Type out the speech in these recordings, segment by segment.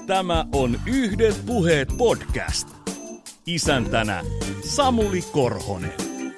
Tämä on Yhdet puheet podcast. Isäntänä Samuli Korhonen.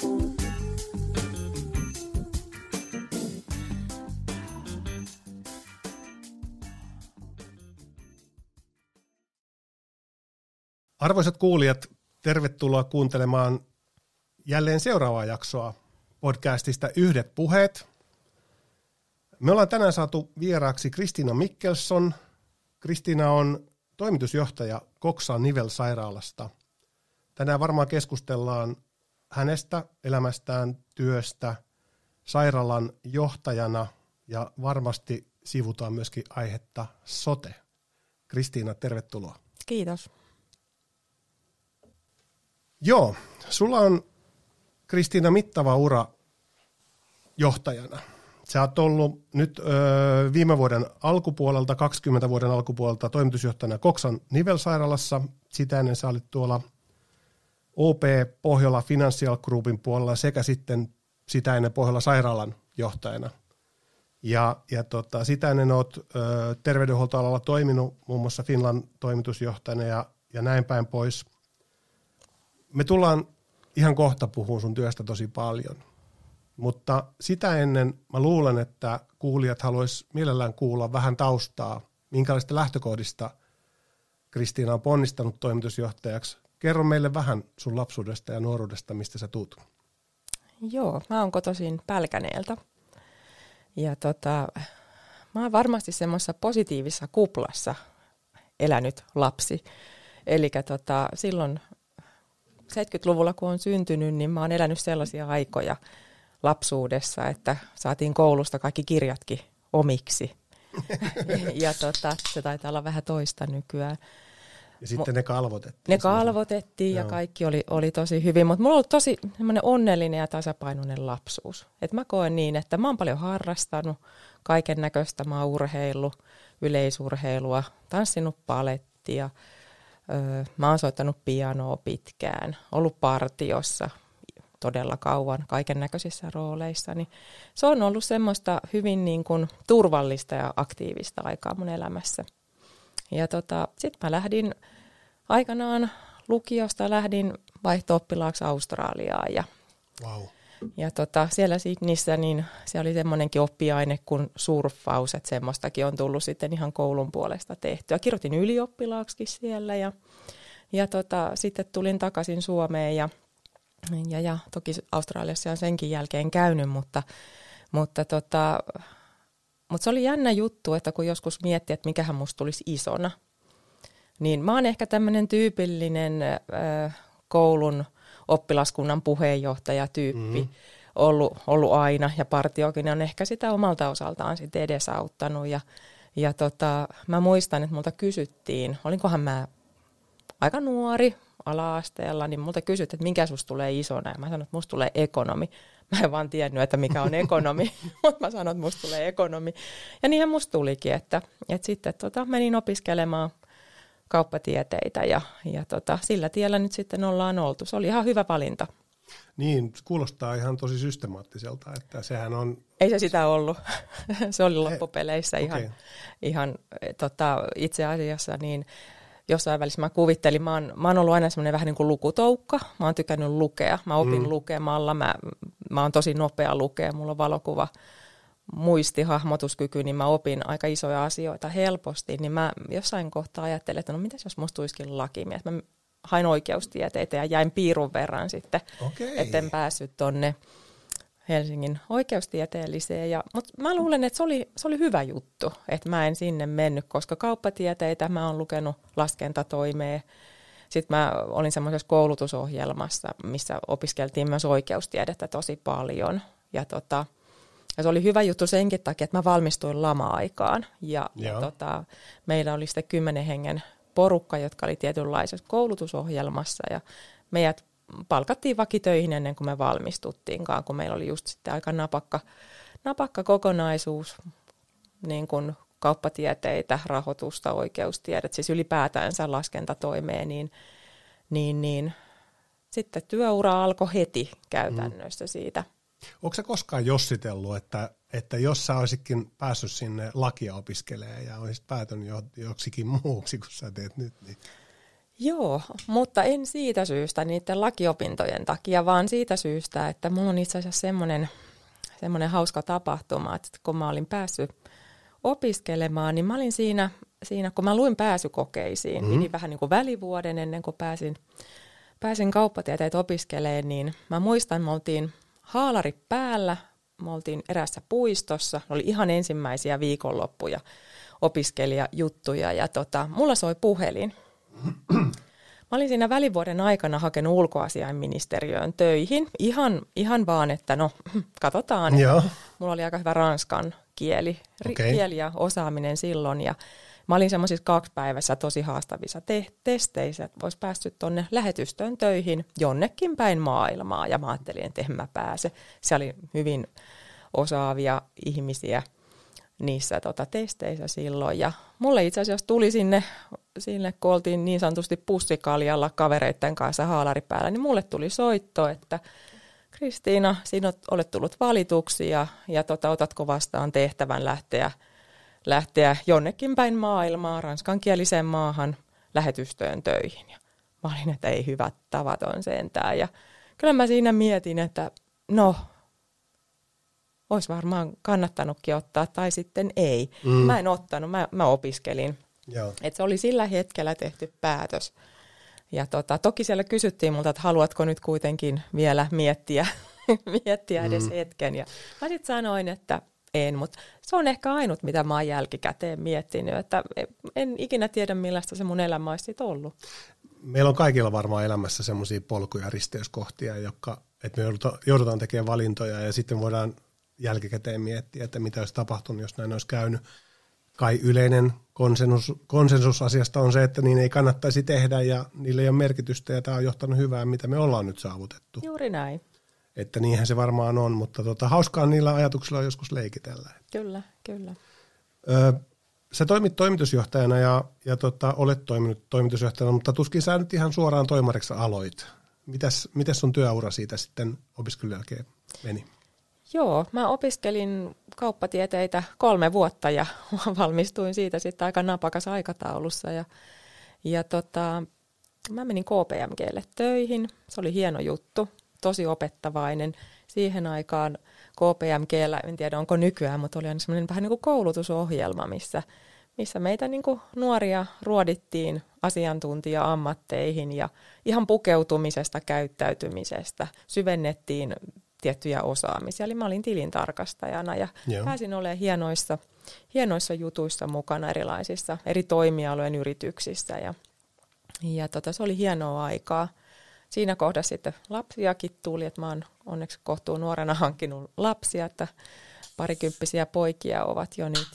Arvoisat kuulijat, tervetuloa kuuntelemaan jälleen seuraavaa jaksoa podcastista Yhdet puheet. Me ollaan tänään saatu vieraaksi Kristiina Mikkelsson. Kristiina on toimitusjohtaja Coxan nivelsairaalasta. Tänään varmaan keskustellaan hänestä, elämästään, työstä, sairaalan johtajana ja varmasti sivutaan myöskin aihetta sote. Kristiina, tervetuloa. Kiitos. Joo, sulla on, Kristiina, mittava ura johtajana. Sä oot ollut nyt viime vuoden alkupuolelta, 20 vuoden alkupuolelta toimitusjohtajana Coxan nivelsairaalassa. Sitä ennen sä olit tuolla OP Pohjola Financial Groupin puolella sekä sitten sitä ennen Pohjola sairaalan johtajana. Ja sitä ennen oot terveydenhuoltoalalla toiminut muun muassa Finland toimitusjohtajana ja näin päin pois. Me tullaan ihan kohta puhumaan sun työstä tosi paljon, mutta sitä ennen mä luulen, että kuulijat haluaisi mielellään kuulla vähän taustaa, minkälaista lähtökohdista Kristiina on ponnistanut toimitusjohtajaksi. Kerro meille vähän sun lapsuudesta ja nuoruudesta, mistä sä tuut. Joo, mä oon kotoisin Pälkäneeltä ja mä oon varmasti semmoisessa positiivisessa kuplassa elänyt lapsi. Eli silloin 70-luvulla, kun on syntynyt, niin mä oon elänyt sellaisia aikoja lapsuudessa, että saatiin koulusta kaikki kirjatkin omiksi. Ja se taitaa olla vähän toista nykyään. Ja sitten ne kalvotettiin. Ne kalvotettiin ja kaikki oli tosi hyvin, mutta mulla on ollut tosi onnellinen ja tasapainoinen lapsuus. Et mä koen niin, että mä oon paljon harrastanut kaiken näköistä. Mä oon urheillut, yleisurheilua, tanssinut palettia. Mä oon soittanut pianoa pitkään, ollut partiossa todella kauan kaiken näköisissä rooleissa. Niin se on ollut semmoista hyvin niin kuin turvallista ja aktiivista aikaa mun elämässä. Ja sitten mä lähdin aikanaan lukiosta, vaihto-oppilaaksi Australiaan. Wow. Ja siellä niissä niin se oli semmoinenkin oppiaine kuin surffaus, että semmoistakin on tullut sitten ihan koulun puolesta tehtyä. Kirjoitin ylioppilaaksikin siellä ja sitten tulin takaisin Suomeen ja toki Australiassa on senkin jälkeen käynyt, mutta se oli jännä juttu, että kun joskus miettii, että mikähän musta tulisi isona, niin mä oon ehkä tämmöinen tyypillinen koulun oppilaskunnan puheenjohtajatyyppi ollut aina, ja partiokin on ehkä sitä omalta osaltaan sitten edesauttanut. Mä muistan, että multa kysyttiin, olinkohan mä aika nuori ala-asteella, niin multa kysyttiin, että minkä susta tulee isona, ja mä sanoin, että musta tulee ekonomi. Mä en vaan tiennyt, että mikä on ekonomi, mutta mä sanoin, että musta tulee ekonomi. Ja niinhän musta tulikin, että sitten menin opiskelemaan kauppatieteitä ja sillä tiellä nyt sitten ollaan oltu. Se oli ihan hyvä valinta. Niin, kuulostaa ihan tosi systemaattiselta, että sehän on... Ei se sitä ollut. Se oli loppupeleissä ihan itse asiassa niin jossain välissä mä kuvittelin, mä oon ollut aina semmoinen vähän niin kuin lukutoukka. Mä oon tykännyt lukea. Mä opin lukemalla. Mä oon tosi nopea lukea. Mulla on valokuva muisti, hahmotuskyky, niin mä opin aika isoja asioita helposti. Niin mä jossain kohtaa ajattelin, että no mitäs jos musta tulisikin lakimies. Mä hain oikeustieteitä ja jäin piirun verran sitten, etten päässyt tonne Helsingin oikeustieteelliseen. Mutta mä luulen, että se oli hyvä juttu, että mä en sinne mennyt, koska kauppatieteitä mä oon lukenut laskentatoimea. Sitten mä olin semmoisessa koulutusohjelmassa, missä opiskeltiin myös oikeustiedettä tosi paljon. Ja se oli hyvä juttu senkin takia, että mä valmistuin lama-aikaan. Ja meillä oli sitten 10 hengen porukka, jotka oli tietynlaisessa koulutusohjelmassa. Ja meidät palkattiin vakitöihin ennen kuin me valmistuttiinkaan, kun meillä oli just sitten aika napakka kokonaisuus, niin kuin kauppatieteitä, rahoitusta, oikeustiedet, siis ylipäätänsä laskentatoimeen, niin sitten työura alkoi heti käytännössä siitä. Onko sä koskaan jossitellut, että jos sä olisitkin päässyt sinne lakia opiskelemaan ja olisit päätynyt joksikin muuksi, kun sä teet nyt, niin... Joo, mutta en siitä syystä niiden lakiopintojen takia, vaan siitä syystä, että mulla on itse asiassa semmoinen hauska tapahtuma, että kun mä olin päässyt opiskelemaan, niin mä olin siinä kun mä luin pääsykokeisiin, niin vähän niin kuin välivuoden ennen kuin pääsin kauppatieteitä opiskelemaan, niin mä muistan, me oltiin haalari päällä, me oltiin eräässä puistossa, ne oli ihan ensimmäisiä viikonloppuja opiskelijajuttuja ja mulla soi puhelin. Mä olin siinä välivuoden aikana hakenut ulkoasiainministeriöön töihin, ihan vaan, että no katsotaan. Joo. Mulla oli aika hyvä ranskan kieli ja osaaminen silloin ja mä olin semmoisissa 2 päivässä tosi haastavissa testeissä, että olisi päässyt tuonne lähetystöön töihin jonnekin päin maailmaa ja mä ajattelin, että en mä pääse. Se oli hyvin osaavia ihmisiä niissä testeissä silloin ja mulle itse asiassa tuli sinne kun oltiin niin sanotusti pussikaljalla kavereiden kanssa haalari päällä, niin mulle tuli soitto, että Kristiina, sinä olet tullut valituksi ja otatko vastaan tehtävän lähteä jonnekin päin maailmaa, ranskankieliseen maahan lähetystöön töihin. Ja mä olin, että ei hyvät tavat on sentään. Ja kyllä mä siinä mietin, että no, olisi varmaan kannattanutkin ottaa tai sitten ei. Mä en ottanut, mä opiskelin. Että se oli sillä hetkellä tehty päätös. Ja toki siellä kysyttiin multa, että haluatko nyt kuitenkin vielä miettiä edes hetken. Ja mä sitten sanoin, että en, mutta se on ehkä ainut, mitä mä oon jälkikäteen miettinyt, että en ikinä tiedä, millaista se mun elämä olisi ollut. Meillä on kaikilla varmaan elämässä semmoisia polkuja, risteyskohtia, että me joudutaan tekemään valintoja ja sitten voidaan jälkikäteen miettiä, että mitä olisi tapahtunut, jos näin olisi käynyt. Kai yleinen konsensus asiasta on se, että niin ei kannattaisi tehdä ja niillä ei ole merkitystä ja tämä on johtanut hyvään, mitä me ollaan nyt saavutettu. Juuri näin. Että niinhän se varmaan on, mutta hauskaa niillä ajatuksilla joskus leikitellä. Kyllä. Sä toimit toimitusjohtajana ja olet toiminut toimitusjohtajana, mutta tuskin sä nyt ihan suoraan toimariksi aloit. Mitäs sun työura siitä sitten opiskelun jälkeen meni? Joo, mä opiskelin kauppatieteitä 3 vuotta ja valmistuin siitä sitten aika napakas aikataulussa. Ja mä menin KPMG:lle töihin, se oli hieno juttu, tosi opettavainen. Siihen aikaan KPMG:llä, en tiedä onko nykyään, mutta oli aina semmoinen vähän niin kuin koulutusohjelma, missä meitä niin kuin nuoria ruodittiin asiantuntija-ammatteihin ja ihan pukeutumisesta, käyttäytymisestä, syvennettiin tiettyjä osaamisia. Eli mä olin tilintarkastajana ja pääsin olemaan hienoissa jutuissa mukana erilaisissa eri toimialojen yrityksissä ja se oli hienoa aikaa. Siinä kohdassa sitten lapsiakin tuli, että mä oon onneksi kohtuun nuorena hankkinut lapsia, että parikymppisiä poikia ovat jo nyt.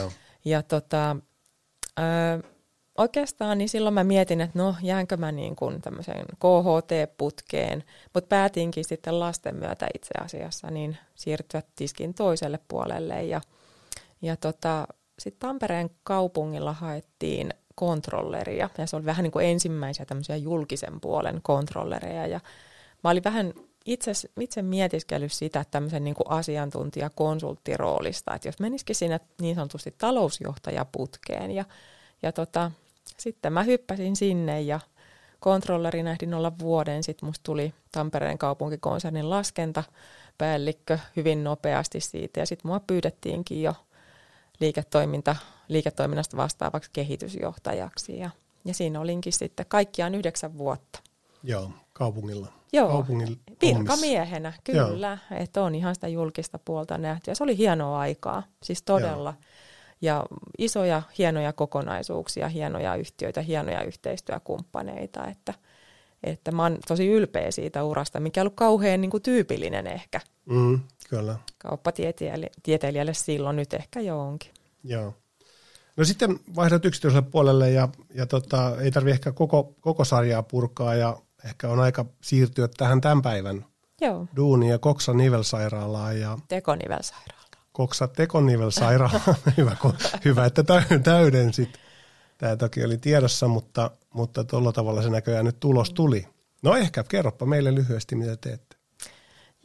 Oikeastaan niin silloin mä mietin, että no jäänkö mä niin kuin tämmöiseen KHT-putkeen, mutta päätinkin sitten lasten myötä itse asiassa niin siirtyä tiskin toiselle puolelle ja sitten Tampereen kaupungilla haettiin kontrolleria ja se oli vähän niin kuin ensimmäisiä tämmöisiä julkisen puolen kontrollereja ja mä olin vähän itse mietiskellyt sitä tämmöisen niin kuin asiantuntijakonsulttiroolista, että jos menisikin siinä niin sanotusti talousjohtajaputkeen ja sitten mä hyppäsin sinne ja kontrollerina ehdin olla vuoden. Sitten musta tuli Tampereen kaupunkikonsernin laskentapäällikkö hyvin nopeasti siitä. Ja sitten mua pyydettiinkin jo liiketoiminnasta vastaavaksi kehitysjohtajaksi. Ja siinä olinkin sitten kaikkiaan 9 vuotta. Joo, kaupungilla. Joo, virkamiehenä, kyllä. Että on ihan sitä julkista puolta nähty. Ja se oli hienoa aikaa, siis todella. Joo. Ja isoja, hienoja kokonaisuuksia, hienoja yhtiöitä, hienoja yhteistyökumppaneita, että mä oon tosi ylpeä siitä urasta, mikä on ollut kauhean niin kuin tyypillinen ehkä. Kyllä. Kauppatieteilijälle silloin, nyt ehkä jo onkin. Joo. No sitten vaihdat yksityiselle puolelle ja ei tarvitse ehkä koko sarjaa purkaa ja ehkä on aika siirtyä tähän tämän päivän duuniin ja Coxan nivelsairaalaan. Ja tekonivelsairaalaan. Coxan tekonivelsairaala. Hyvä, että täydensit. Tämä toki oli tiedossa, mutta tuolla tavalla se näköjään nyt tulos tuli. No ehkä kerropa meille lyhyesti, mitä teette.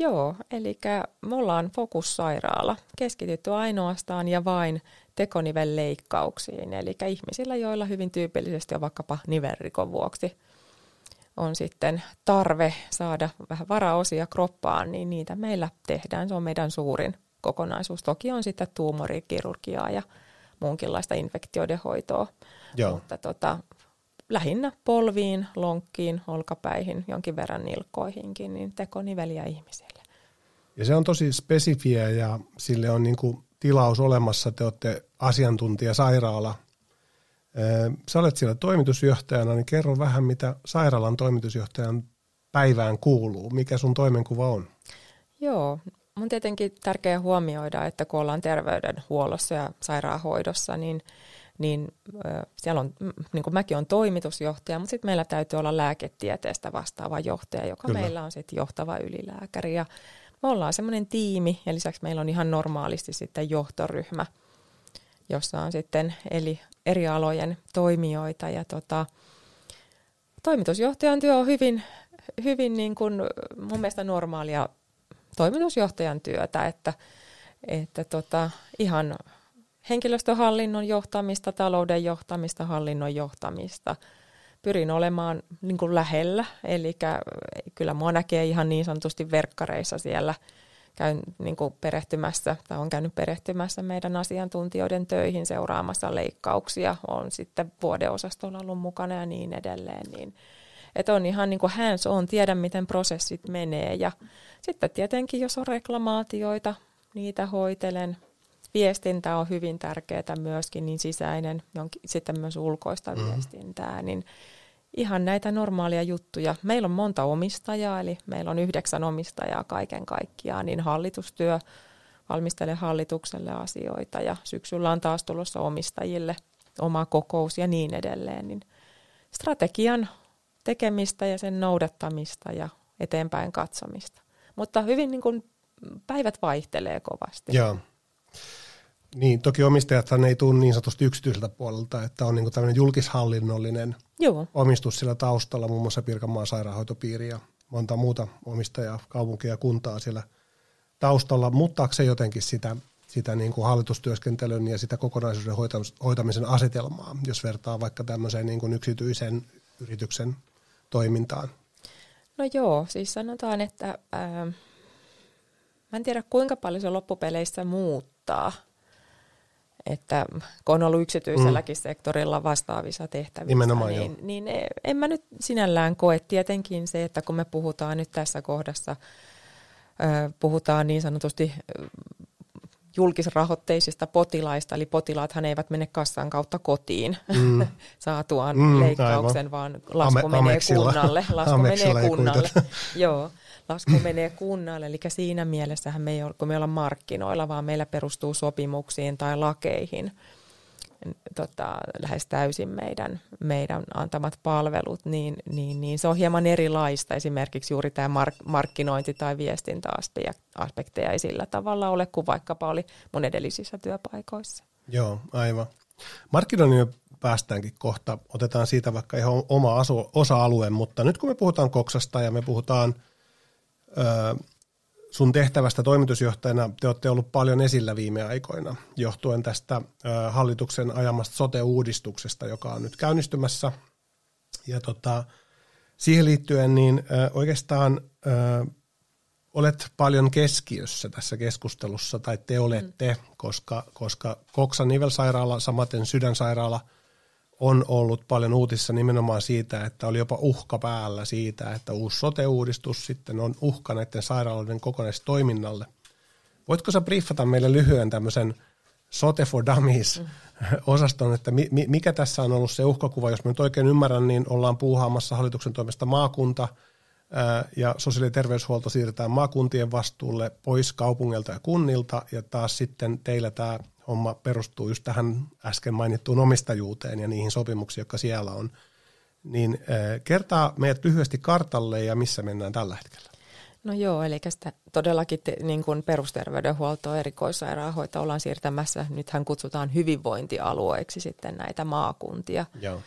Joo, eli me ollaan fokussairaala, keskitytty ainoastaan ja vain tekonivelleikkauksiin, eli ihmisillä, joilla hyvin tyypillisesti on vaikkapa nivelrikon vuoksi on sitten tarve saada vähän varaosia kroppaan, niin niitä meillä tehdään. Se on meidän suurin kokonaisuus. Toki on sitten tuumorikirurgiaa ja muunkinlaista infektioiden hoitoa, mutta lähinnä polviin, lonkkiin, olkapäihin, jonkin verran nilkkoihinkin, niin tekoniveliä ihmisille. Ja se on tosi spesifiä ja sille on niin kuin tilaus olemassa. Te olette asiantuntijasairaala. Sä olet siellä toimitusjohtajana, niin kerro vähän, mitä sairaalan toimitusjohtajan päivään kuuluu. Mikä sun toimenkuva on? Joo, mun tietenkin tärkeää huomioida, että kun ollaan terveydenhuollossa ja sairaanhoidossa, niin siellä on, niin kuin mäkin olen toimitusjohtaja, mutta sitten meillä täytyy olla lääketieteestä vastaava johtaja, joka Kyllä. meillä on sitten johtava ylilääkäri. Ja me ollaan semmoinen tiimi ja lisäksi meillä on ihan normaalisti sitten johtoryhmä, jossa on sitten eri alojen toimijoita. Ja toimitusjohtajan työ on hyvin niin kuin mun mielestä normaalia toimitusjohtajan työtä, että ihan henkilöstöhallinnon johtamista, talouden johtamista, hallinnon johtamista. Pyrin olemaan niin kuin lähellä, eli kyllä mua näkee ihan niin sanotusti verkkareissa siellä. Käyn niin kuin perehtymässä tai olen käynyt perehtymässä meidän asiantuntijoiden töihin seuraamassa leikkauksia. Olen sitten vuodeosastolla ollut mukana ja niin edelleen. Että on ihan niin kuin hands on, tiedän miten prosessit menee. Ja sitten tietenkin, jos on reklamaatioita, niitä hoitelen. Viestintä on hyvin tärkeää myöskin, niin sisäinen, sitten myös ulkoista viestintää, niin ihan näitä normaalia juttuja. Meillä on monta omistajaa, eli meillä on 9 omistajaa kaiken kaikkiaan, niin hallitustyö, valmistelen hallitukselle asioita ja syksyllä on taas tulossa omistajille oma kokous ja niin edelleen. Niin strategian tekemistä ja sen noudattamista ja eteenpäin katsomista. Mutta hyvin niin kuin päivät vaihtelee kovasti. Joo. Niin, toki omistajathan ei tule niin sanotusti yksityiseltä puolelta, että on niin kuin tämmöinen julkishallinnollinen omistus sillä taustalla, muun muassa Pirkanmaan sairaanhoitopiiri ja monta muuta omistajaa, kaupunkia ja kuntaa siellä taustalla. Muuttaako se jotenkin sitä niin kuin hallitustyöskentelyn ja sitä kokonaisuuden hoitamisen asetelmaa, jos vertaa vaikka tämmöiseen niin kuin yksityisen yrityksen toimintaan? No joo, siis sanotaan, että mä en tiedä kuinka paljon se loppupeleissä muuttaa, että kun on ollut yksityiselläkin sektorilla vastaavissa tehtävissä, niin en mä nyt sinällään koe tietenkin se, että kun me puhutaan nyt tässä kohdassa, puhutaan niin sanotusti julkisrahoitteisista potilaista, eli potilaathan eivät mene kassan kautta kotiin saatuaan leikkauksen, vaan lasku menee kunnalle. Joo. Lasku menee kunnalle, eli siinä mielessähän me ei ole, kun me ollaan markkinoilla, vaan meillä perustuu sopimuksiin tai lakeihin lähes täysin meidän antamat palvelut, niin se on hieman erilaista. Esimerkiksi juuri tämä markkinointi- tai viestintäaspekteja ei sillä tavalla ole kuin vaikkapa oli mun edellisissä työpaikoissa. Joo, aivan. Markkinoinnin päästäänkin kohta. Otetaan siitä vaikka ihan oma osa-alue, mutta nyt kun me puhutaan Coxasta ja me puhutaan sun tehtävästä toimitusjohtajana, te olette ollut paljon esillä viime aikoina, johtuen tästä hallituksen ajamasta sote-uudistuksesta, joka on nyt käynnistymässä. Ja siihen liittyen niin oikeastaan olet paljon keskiössä tässä keskustelussa, tai te olette, koska Coxan nivelsairaala, samaten Sydänsairaala, on ollut paljon uutisissa nimenomaan siitä, että oli jopa uhka päällä siitä, että uusi sote-uudistus sitten on uhka näiden sairaaloiden kokonaistoiminnalle. Voitko sä briefata meille lyhyen tämmöisen Sote for Dummies-osaston, että mikä tässä on ollut se uhkakuva? Jos mä nyt oikein ymmärrän, niin ollaan puuhaamassa hallituksen toimesta maakunta ja sosiaali- ja terveyshuolto siirretään maakuntien vastuulle pois kaupungilta ja kunnilta, ja taas sitten teillä tämä homma perustuu just tähän äsken mainittuun omistajuuteen ja niihin sopimuksiin, jotka siellä on. Niin kertaa meidät lyhyesti kartalle ja missä mennään tällä hetkellä. No joo, eli sitä todellakin niin kuin perusterveydenhuoltoa, erikoissairaanhoitoa ollaan siirtämässä. Nythän kutsutaan hyvinvointialueiksi sitten näitä maakuntia. Joo.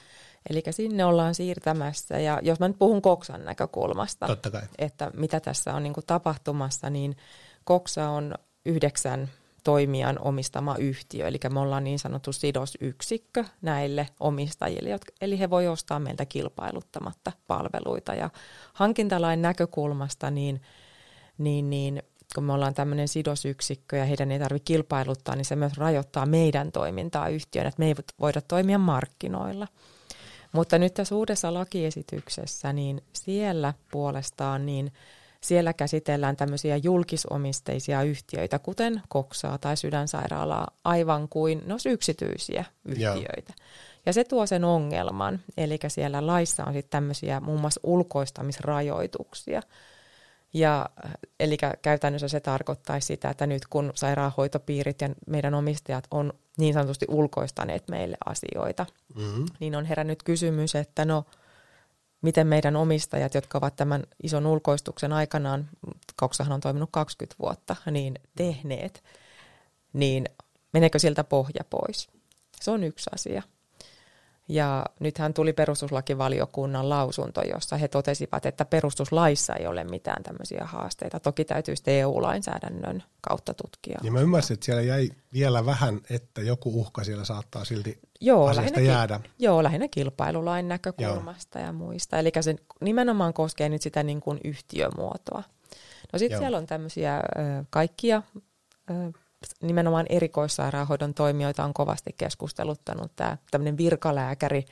Eli sinne ollaan siirtämässä, ja jos mä nyt puhun Coxan näkökulmasta, Totta kai. että mitä tässä on niin kuin tapahtumassa, niin Coxa on 9 toimijan omistama yhtiö, eli me ollaan niin sanottu sidosyksikkö näille omistajille, eli he voi ostaa meiltä kilpailuttamatta palveluita. Ja hankintalain näkökulmasta, niin kun me ollaan tämmöinen sidosyksikkö ja heidän ei tarvitse kilpailuttaa, niin se myös rajoittaa meidän toimintaa yhtiönä, että me ei voida toimia markkinoilla. Mutta nyt tässä uudessa lakiesityksessä, niin siellä puolestaan, niin siellä käsitellään tämmöisiä julkisomisteisia yhtiöitä, kuten Coxaa tai Sydänsairaalaa, aivan kuin ne olisi yksityisiä yhtiöitä. Ja se tuo sen ongelman, eli siellä laissa on sitten tämmöisiä muun muassa ulkoistamisrajoituksia. Ja, eli käytännössä se tarkoittaisi sitä, että nyt kun sairaanhoitopiirit ja meidän omistajat on niin sanotusti ulkoistaneet meille asioita, niin on herännyt kysymys, että no, miten meidän omistajat, jotka ovat tämän ison ulkoistuksen aikanaan, Coxahan on toiminut 20 vuotta, niin tehneet, niin meneekö siltä pohja pois? Se on yksi asia. Ja nythän tuli perustuslakivaliokunnan lausunto, jossa he totesivat, että perustuslaissa ei ole mitään tämmöisiä haasteita. Toki täytyy sitten EU-lainsäädännön kautta tutkia. Niin mä ymmärsin, että siellä jäi vielä vähän, että joku uhka siellä saattaa silti asiasta jäädä. Joo, lähinnä kilpailulain näkökulmasta ja muista. Eli se nimenomaan koskee nyt sitä niin kuin yhtiömuotoa. No sitten siellä on tämmöisiä kaikkia nimenomaan erikoissairaanhoidon toimijoita on kovasti keskusteluttanut tämä tämmöinen virkalääkäri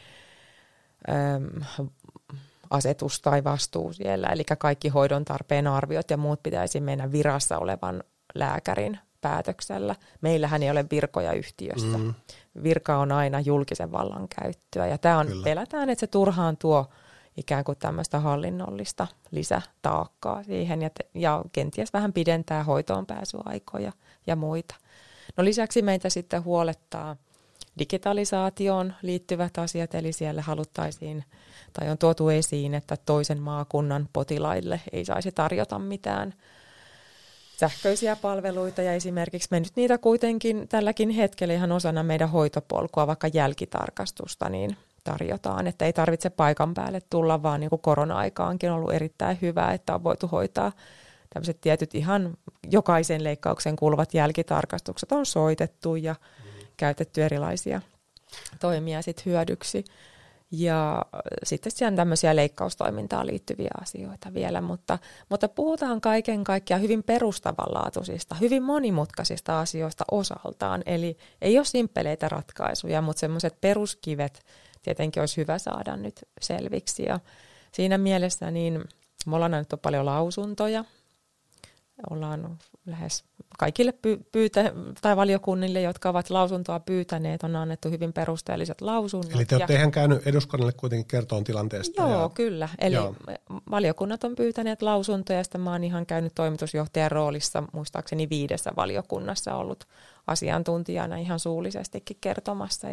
asetus tai vastuu siellä, eli kaikki hoidon tarpeen arviot ja muut pitäisi mennä virassa olevan lääkärin päätöksellä. Meillähän ei ole virkoja yhtiössä. Virka on aina julkisen vallan käyttöä, ja tämä on, pelätään, että se turhaan tuo ikään kuin tämmöistä hallinnollista lisätaakkaa siihen ja kenties vähän pidentää hoitoon pääsyaikoja ja muita. No lisäksi meitä sitten huolettaa digitalisaatioon liittyvät asiat, eli siellä haluttaisiin tai on tuotu esiin, että toisen maakunnan potilaille ei saisi tarjota mitään sähköisiä palveluita, ja esimerkiksi me nyt niitä kuitenkin tälläkin hetkellä ihan osana meidän hoitopolkua, vaikka jälkitarkastusta, niin tarjotaan, että ei tarvitse paikan päälle tulla, vaan niin kuin korona-aikaankin on ollut erittäin hyvä, että on voitu hoitaa tämmöiset tietyt ihan jokaisen leikkaukseen kuuluvat jälkitarkastukset on soitettu ja käytetty erilaisia toimia sit hyödyksi. Ja sitten siellä on tämmöisiä leikkaustoimintaan liittyviä asioita vielä, mutta puhutaan kaiken kaikkiaan hyvin perustavanlaatuisista, hyvin monimutkaisista asioista osaltaan. Eli ei ole simppeleitä ratkaisuja, mutta semmoiset peruskivet tietenkin olisi hyvä saada nyt selviksi. Ja siinä mielessä niin me ollaan annettu paljon lausuntoja. Ollaan lähes kaikille tai valiokunnille, jotka ovat lausuntoa pyytäneet, on annettu hyvin perusteelliset lausunnot. Eli te olette ihan käynyt eduskunnalle kuitenkin kertoon tilanteesta. Joo, kyllä. Eli valiokunnat on pyytäneet lausuntoja, ja sitten mä oon ihan käynyt toimitusjohtajan roolissa, muistaakseni 5 valiokunnassa ollut asiantuntijana ihan suullisestikin kertomassa.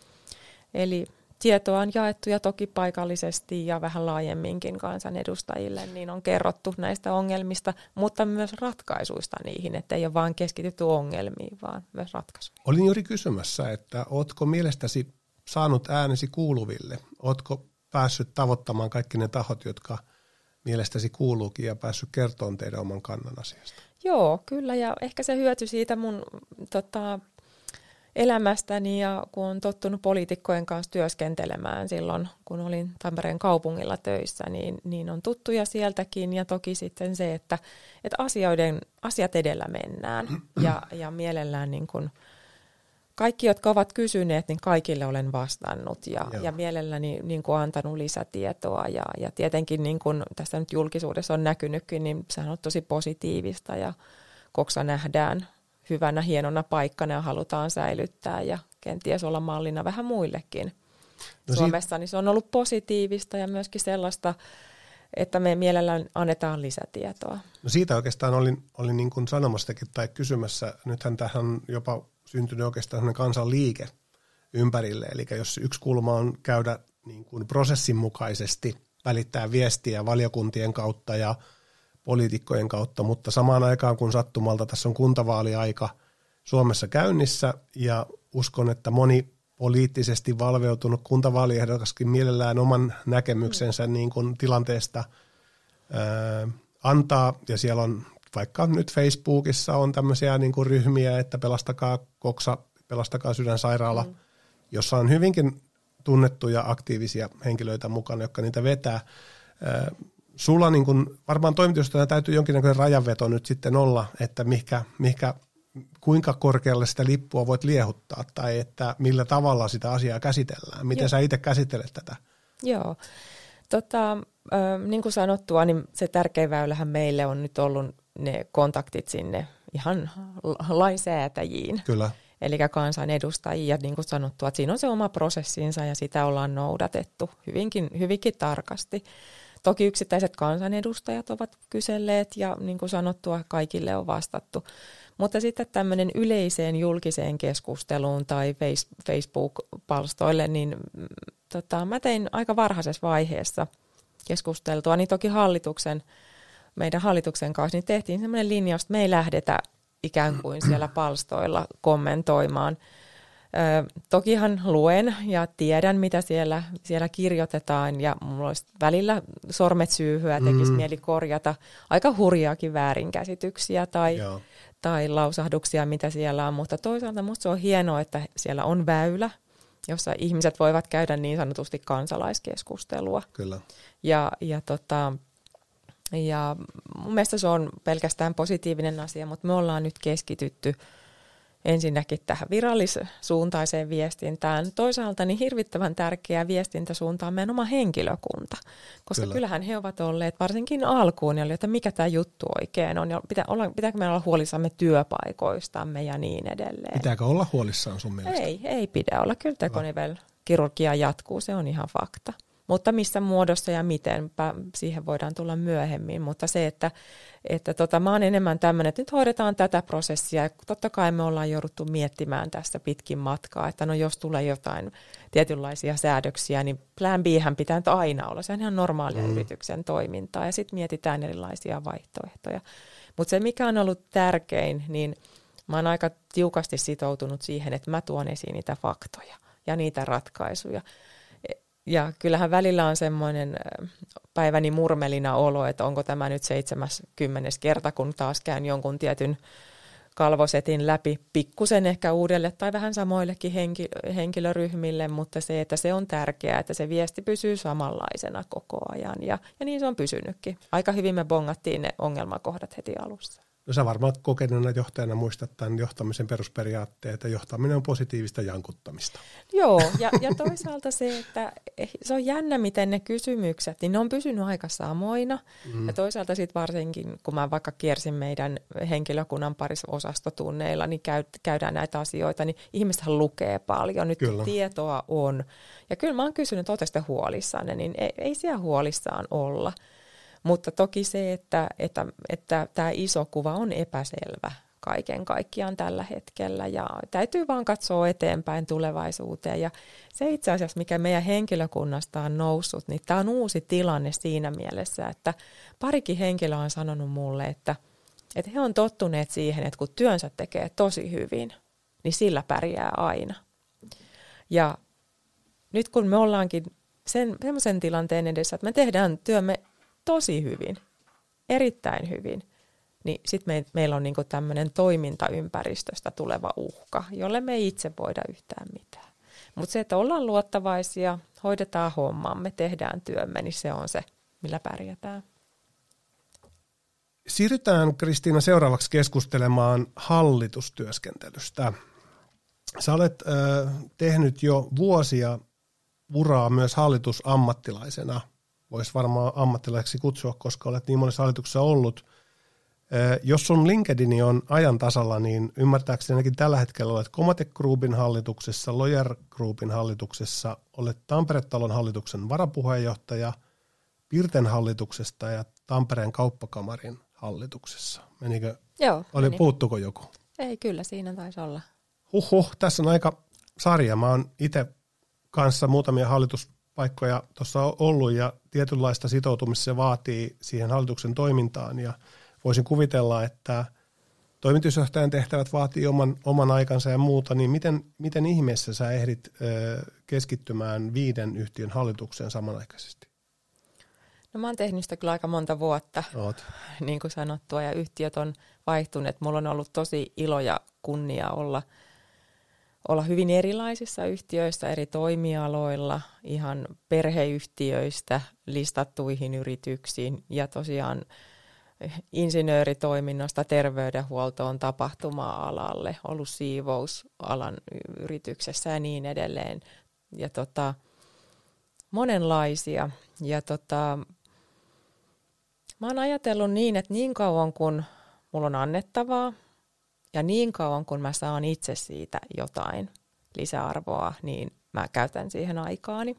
Eli tietoa on jaettu ja toki paikallisesti ja vähän laajemminkin kansanedustajille, niin on kerrottu näistä ongelmista, mutta myös ratkaisuista niihin, että ei ole vain keskitytty ongelmiin, vaan myös ratkaisuihin. Olin juuri kysymässä, että ootko mielestäsi saanut äänesi kuuluville? Ootko päässyt tavoittamaan kaikki ne tahot, jotka mielestäsi kuuluukin, ja päässyt kertomaan teidän oman kannan asiasta? Joo, kyllä, ja ehkä se hyöty siitä mun elämästäni, ja kun olen tottunut poliitikkojen kanssa työskentelemään silloin, kun olin Tampereen kaupungilla töissä, niin on tuttuja sieltäkin, ja toki sitten se, että asiat edellä mennään, ja mielellään niin kuin kaikki, jotka ovat kysyneet, niin kaikille olen vastannut, ja mielelläni niin kuin antanut lisätietoa, ja tietenkin niin kuin tässä nyt julkisuudessa on näkynytkin, niin sehän on tosi positiivista, ja Coxa nähdään hyvänä, hienona paikkana ja halutaan säilyttää ja kenties olla mallina vähän muillekin Suomessa, niin se on ollut positiivista ja myöskin sellaista, että me mielellään annetaan lisätietoa. No siitä oikeastaan olin niin kuin sanomastakin tai kysymässä, nythän tähän on jopa syntynyt oikeastaan kansanliike ympärille, eli jos yksi kulma on käydä niin kuin prosessin mukaisesti, välittää viestiä valiokuntien kautta ja poliitikkojen kautta, mutta samaan aikaan kun sattumalta tässä on kuntavaaliaika Suomessa käynnissä, ja uskon, että moni poliittisesti valveutunut kuntavaaliehdokaskin mielellään oman näkemyksensä niin kuin tilanteesta antaa, ja siellä on vaikka nyt Facebookissa on tämmöisiä niin kuin ryhmiä, että pelastakaa Koksa, pelastakaa Sydänsairaala, jossa on hyvinkin tunnettuja aktiivisia henkilöitä mukana, jotka niitä vetää. Sulla niin kuin, varmaan toimitustajana täytyy jonkinnäköinen rajanveto nyt sitten olla, että kuinka korkealle sitä lippua voit liehuttaa tai että millä tavalla sitä asiaa käsitellään. Miten sä itse käsittelet tätä? Joo. Niin kuin sanottua, niin se tärkein väylähän meille on nyt ollut ne kontaktit sinne ihan lainsäätäjiin. Kyllä. Eli kansanedustajia, niin kuin sanottua, että siinä on se oma prosessinsa ja sitä ollaan noudatettu hyvinkin tarkasti. Toki yksittäiset kansanedustajat ovat kyselleet ja niin kuin sanottua, kaikille on vastattu. Mutta sitten tämmöinen yleiseen julkiseen keskusteluun tai Facebook-palstoille, niin mä tein aika varhaisessa vaiheessa keskusteltua, niin toki meidän hallituksen kanssa niin tehtiin semmoinen linjaus, että me ei lähdetä ikään kuin siellä palstoilla kommentoimaan. Tokihan luen ja tiedän, mitä siellä kirjoitetaan, ja mulla olisi välillä sormet syyhyä, tekisi mieli korjata aika hurjaakin väärinkäsityksiä tai lausahduksia, mitä siellä on, mutta toisaalta musta se on hienoa, että siellä on väylä, jossa ihmiset voivat käydä niin sanotusti kansalaiskeskustelua. Kyllä. Ja mun mielestä se on pelkästään positiivinen asia, mutta me ollaan nyt keskitytty ensinnäkin tähän virallissuuntaiseen viestintään. Toisaalta niin hirvittävän tärkeä viestintäsuunta on meidän oma henkilökunta, koska kyllähän he ovat olleet varsinkin alkuun, että mikä tämä juttu oikein on, ja pitääkö meidän olla huolissamme työpaikoistamme ja niin edelleen. Pitääkö olla huolissaan sun mielestä? Ei pidä olla. Kyllä tekonivelkirurgia jatkuu, se on ihan fakta. Mutta missä muodossa ja mitenpä, siihen voidaan tulla myöhemmin. Mutta se, että mä oon enemmän tämmöinen, että nyt hoidetaan tätä prosessia. Ja totta kai me ollaan jouduttu miettimään tässä pitkin matkaa, että no jos tulee jotain tietynlaisia säädöksiä, niin plan B:hän pitää aina olla. Se on ihan normaalia yrityksen toimintaa, ja sitten mietitään erilaisia vaihtoehtoja. Mutta se, mikä on ollut tärkein, niin mä oon aika tiukasti sitoutunut siihen, että mä tuon esiin niitä faktoja ja niitä ratkaisuja. Ja kyllähän välillä on semmoinen päiväni murmelina olo, että onko tämä nyt 70. kerta, kun taas käyn jonkun tietyn kalvosetin läpi pikkusen ehkä uudelle tai vähän samoillekin henkilöryhmille, mutta se, että se on tärkeää, että se viesti pysyy samanlaisena koko ajan. Ja niin se on pysynytkin. Aika hyvin me bongattiin ne ongelmakohdat heti alussa. No sä varmaan kokeneena johtajana muistat tämän johtamisen perusperiaatteet, että johtaminen on positiivista jankuttamista. Joo, ja toisaalta se, että se on jännä, miten ne kysymykset, niin ne on pysynyt aika samoina. Ja toisaalta sitten varsinkin, kun mä vaikka kiersin meidän henkilökunnan parissa osastotunneilla, niin käydään näitä asioita, niin ihmisethän lukee paljon, nyt tietoa on. Ja kyllä mä oon kysynyt, että ootteko te huolissanne, niin ei siellä huolissaan olla. Mutta toki se, että tämä iso kuva on epäselvä kaiken kaikkiaan tällä hetkellä, ja täytyy vaan katsoa eteenpäin tulevaisuuteen. Ja se itse asiassa, mikä meidän henkilökunnasta on noussut, niin tämä on uusi tilanne siinä mielessä, että parikin henkilöä on sanonut mulle, että he on tottuneet siihen, että kun työnsä tekee tosi hyvin, niin sillä pärjää aina. Ja nyt kun me ollaankin semmoisen tilanteen edessä, että me tehdään työmme tosi hyvin, erittäin hyvin, niin sitten meillä on niinku tämmöinen toimintaympäristöstä tuleva uhka, jolle me ei itse voida yhtään mitään. Mutta se, että ollaan luottavaisia, hoidetaan hommamme, tehdään työmme, niin se on se, millä pärjätään. Siirrytään, Kristiina, seuraavaksi keskustelemaan hallitustyöskentelystä. Sä olet tehnyt jo vuosia uraa myös hallitusammattilaisena. Voisi varmaan ammattilaiseksi kutsua, koska olet niin monessa hallituksessa ollut. Jos sun LinkedIn on ajan tasalla, niin ymmärtääkseni ainakin tällä hetkellä olet Comatec Groupin hallituksessa, Lawyer Groupin hallituksessa, olet Tampere-talon hallituksen varapuheenjohtaja, Pirten hallituksesta ja Tampereen kauppakamarin hallituksessa. Menikö? Joo. Meni. Puuttuko joku? Ei, kyllä siinä taisi olla. Tässä on aika sarja. Mä oon itse kanssa muutamia hallituspaikkoja tuossa ollut, ja tietynlaista sitoutumista se vaatii siihen hallituksen toimintaan, ja voisin kuvitella, että toimitusjohtajan tehtävät vaatii oman aikansa ja muuta, niin miten ihmeessä sä ehdit keskittymään 5 yhtiön hallitukseen samanaikaisesti? No mä oon tehnyt sitä kyllä aika monta vuotta, niin kuin sanottua, ja yhtiöt on vaihtuneet. Mulla on ollut tosi ilo ja kunnia olla hyvin erilaisissa yhtiöissä eri toimialoilla, ihan perheyhtiöistä listattuihin yrityksiin ja tosiaan insinööritoiminnasta terveydenhuoltoon, tapahtuma-alalle, ollut siivousalan yrityksessä ja niin edelleen. Ja monenlaisia. Ja mä oon ajatellut niin, että niin kauan kun mulla on annettavaa ja niin kauan kun mä saan itse siitä jotain lisäarvoa, niin mä käytän siihen aikaani.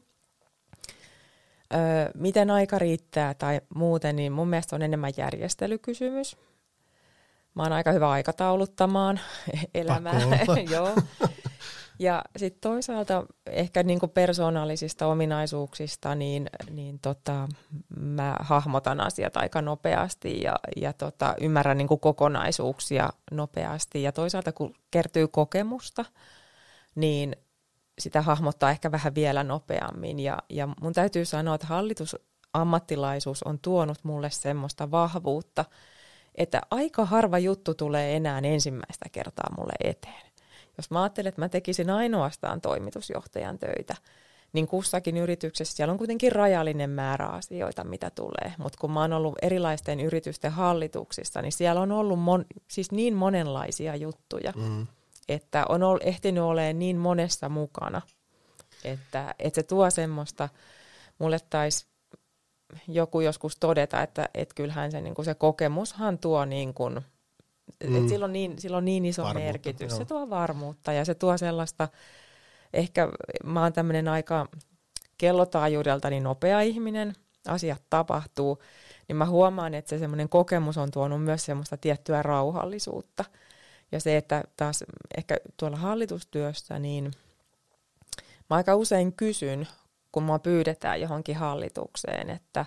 Miten aika riittää tai muuten, niin mun mielestä on enemmän järjestelykysymys. Mä oon aika hyvä aikatauluttamaan elämää. Joo. Ja sitten toisaalta ehkä niinku persoonallisista ominaisuuksista, niin mä hahmotan asiat aika nopeasti ja ymmärrän niinku kokonaisuuksia nopeasti. Ja toisaalta kun kertyy kokemusta, niin sitä hahmottaa ehkä vähän vielä nopeammin. Ja mun täytyy sanoa, että hallitusammattilaisuus on tuonut mulle semmoista vahvuutta, että aika harva juttu tulee enää ensimmäistä kertaa mulle eteen. Jos mä ajattelen, että mä tekisin ainoastaan toimitusjohtajan töitä, niin kussakin yrityksessä siellä on kuitenkin rajallinen määrä asioita, mitä tulee. Mutta kun mä oon ollut erilaisten yritysten hallituksissa, niin siellä on ollut siis niin monenlaisia juttuja, että on ehtinyt olemaan niin monessa mukana, että se tuo semmoista, mulle taisi joku joskus todeta, että kyllähän se, niin kuin se kokemushan tuo niin kuin, että sillä on niin iso varmuutta, merkitys. Joo. Se tuo varmuutta ja se tuo sellaista, ehkä mä oon tämmöinen aika kellotaajuudelta niin nopea ihminen, asiat tapahtuu, niin mä huomaan, että se semmoinen kokemus on tuonut myös semmoista tiettyä rauhallisuutta. Ja se, että taas ehkä tuolla hallitustyössä, niin mä aika usein kysyn, kun mua pyydetään johonkin hallitukseen, että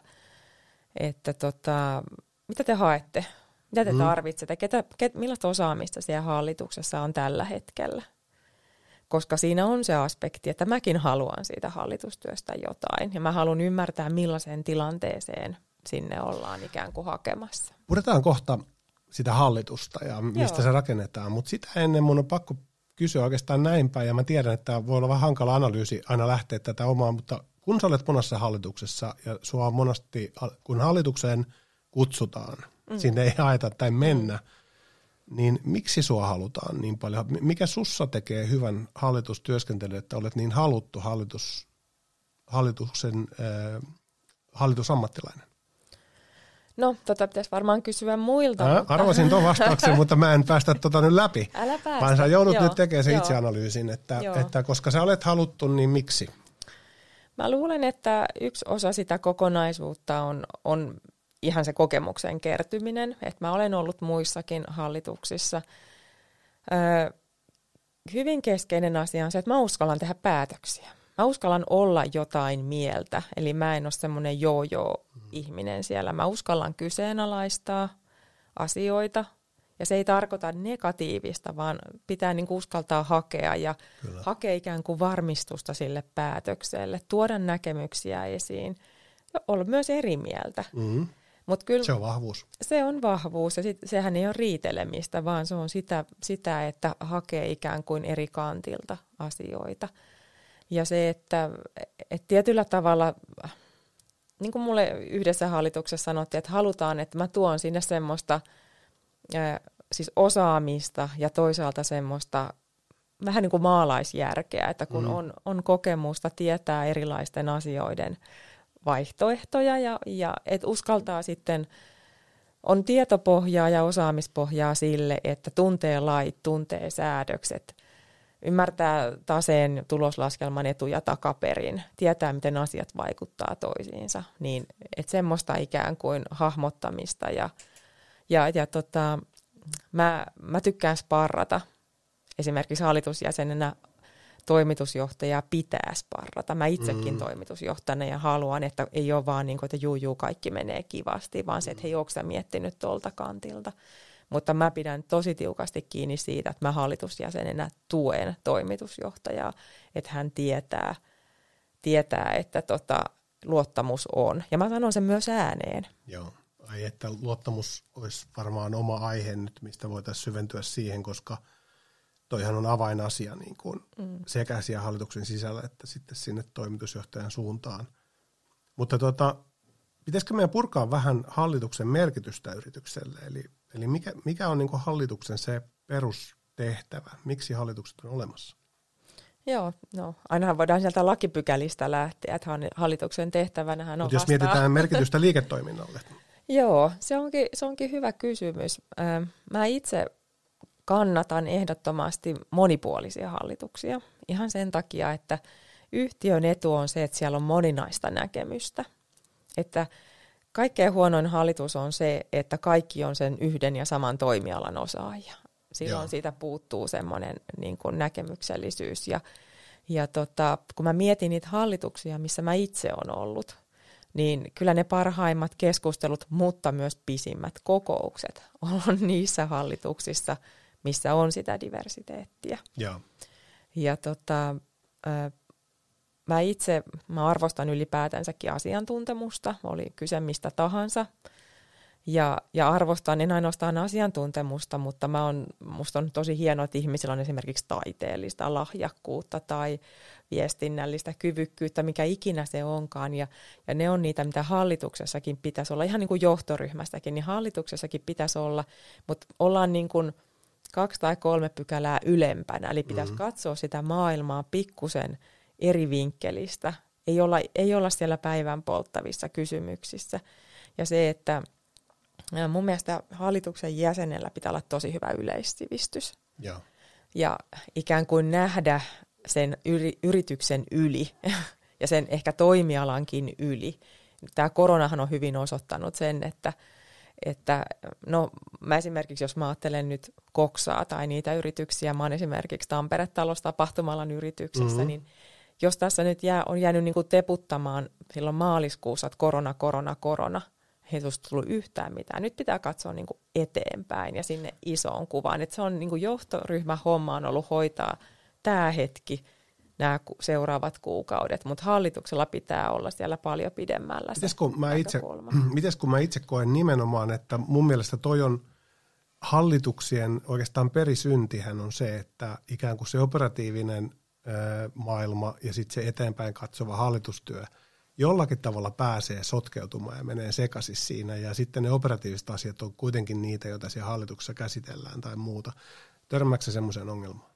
mitä te haette? Mitä te tarvitsette? Millaista osaamista siellä hallituksessa on tällä hetkellä? Koska siinä on se aspekti, että mäkin haluan siitä hallitustyöstä jotain. Ja mä haluan ymmärtää, millaiseen tilanteeseen sinne ollaan ikään kuin hakemassa. Puhutaan kohta sitä hallitusta ja mistä se rakennetaan, mutta sitä ennen mun on pakko kysyä oikeastaan näin päin. Ja mä tiedän, että voi olla vähän hankala analyysi aina lähteä tätä omaa, mutta kun sä olet monessa hallituksessa ja sua monesti, kun hallitukseen kutsutaan, sinne ei haeta tai mennä, niin miksi sua halutaan niin paljon? Mikä sussa tekee hyvän hallitustyöskentelyn, että olet niin haluttu hallitusammattilainen? No, pitäisi varmaan kysyä muilta. Arvasin tuon vastauksen, mutta mä en päästä nyt läpi. Älä päästä. Vaan sä joudut nyt tekemään sen itseanalyysin, että koska sä olet haluttu, niin miksi? Mä luulen, että yksi osa sitä kokonaisuutta on ihan se kokemuksen kertyminen, että mä olen ollut muissakin hallituksissa. Hyvin keskeinen asia on se, että mä uskallan tehdä päätöksiä. Mä uskallan olla jotain mieltä, eli mä en ole semmoinen ihminen siellä. Mä uskallan kyseenalaistaa asioita, ja se ei tarkoita negatiivista, vaan pitää niinku uskaltaa hakea ja hakea ikään kuin varmistusta sille päätökselle, tuoda näkemyksiä esiin ja olla myös eri mieltä. Mut kyllä, se on vahvuus. Se on vahvuus ja sehän ei ole riitelemistä, vaan se on sitä, että hakee ikään kuin eri kantilta asioita. Ja se, että tietyllä tavalla, niin kuin mulle yhdessä hallituksessa sanottiin, että halutaan, että mä tuon sinne semmoista siis osaamista ja toisaalta semmoista vähän niin kuin maalaisjärkeä, että kun on kokemusta, tietää erilaisten asioiden vaihtoehtoja ja et uskaltaa sitten, on tietopohjaa ja osaamispohjaa sille, että tuntee lait, tuntee säädökset, ymmärtää taseen tuloslaskelman etuja takaperin, tietää miten asiat vaikuttaa toisiinsa, niin että semmoista ikään kuin hahmottamista mä tykkään sparrata. Esimerkiksi hallitusjäsenenä toimitusjohtajaa pitää sparrata. Mä itsekin toimitusjohtajana ja haluan, että ei ole vaan niin kuin, että kaikki menee kivasti, vaan se, että hei, ootko sä miettinyt tuolta kantilta. mutta mä pidän tosi tiukasti kiinni siitä, että mä hallitusjäsenenä tuen toimitusjohtajaa, että hän tietää että luottamus on. Ja mä sanon sen myös ääneen. Joo, että luottamus olisi varmaan oma aihe nyt, mistä voitaisiin syventyä siihen, koska toihan on avainasia niin kuin sekä siellä hallituksen sisällä että sitten sinne toimitusjohtajan suuntaan. Mutta pitäisikö meidän purkaa vähän hallituksen merkitystä yritykselle? Eli mikä on niin kuin hallituksen se perustehtävä? Miksi hallitukset on olemassa? Joo, no ainahan voidaan sieltä lakipykälistä lähteä, että hallituksen tehtävänähän on jos mietitään merkitystä liiketoiminnalle. Joo, se onkin hyvä kysymys. Mä itse kannatan ehdottomasti monipuolisia hallituksia ihan sen takia, että yhtiön etu on se, että siellä on moninaista näkemystä. Että kaikkein huonoin hallitus on se, että kaikki on sen yhden ja saman toimialan osaajia. Silloin siitä puuttuu semmoinen niin kuin näkemyksellisyys. Ja kun mä mietin niitä hallituksia, missä mä itse olen ollut, niin kyllä ne parhaimmat keskustelut, mutta myös pisimmät kokoukset on niissä hallituksissa, missä on sitä diversiteettiä. Ja mä arvostan ylipäätänsäkin asiantuntemusta, oli kyse mistä tahansa. Ja arvostan en ainoastaan asiantuntemusta, mutta musta on tosi hienoa, että ihmisillä on esimerkiksi taiteellista lahjakkuutta tai viestinnällistä kyvykkyyttä, mikä ikinä se onkaan. Ja ne on niitä, mitä hallituksessakin pitäisi olla, ihan niin kuin johtoryhmästäkin, niin hallituksessakin pitäisi olla, mutta ollaan niin kuin 2 tai 3 pykälää ylempänä, eli pitäisi katsoa sitä maailmaa pikkusen eri vinkkelistä, ei olla siellä päivän polttavissa kysymyksissä. Ja se, että mun mielestä hallituksen jäsenellä pitää olla tosi hyvä yleissivistys. Ja ikään kuin nähdä sen yrityksen yli ja sen ehkä toimialankin yli. Tämä koronahan on hyvin osoittanut sen, että no mä esimerkiksi, jos mä ajattelen nyt Koksaa tai niitä yrityksiä, mä oon esimerkiksi Tampere-talossa tapahtumalan yrityksessä, niin jos tässä nyt on jäänyt niin kuin teputtamaan silloin maaliskuussa, että korona, ei tuosta tullut yhtään mitään. Nyt pitää katsoa niin kuin eteenpäin ja sinne isoon kuvaan. Että se on niin kuin johtoryhmä homma on ollut hoitaa tämä hetki, nämä seuraavat kuukaudet, mutta hallituksella pitää olla siellä paljon pidemmällä Mites kun mä itse koen nimenomaan, että mun mielestä toi on hallituksien oikeastaan perisyntihän on se, että ikään kuin se operatiivinen maailma ja sitten se eteenpäin katsova hallitustyö jollakin tavalla pääsee sotkeutumaan ja menee sekaisin siinä, ja sitten ne operatiiviset asiat on kuitenkin niitä, joita siellä hallituksessa käsitellään tai muuta. Törmäätkö semmoiseen ongelmaan?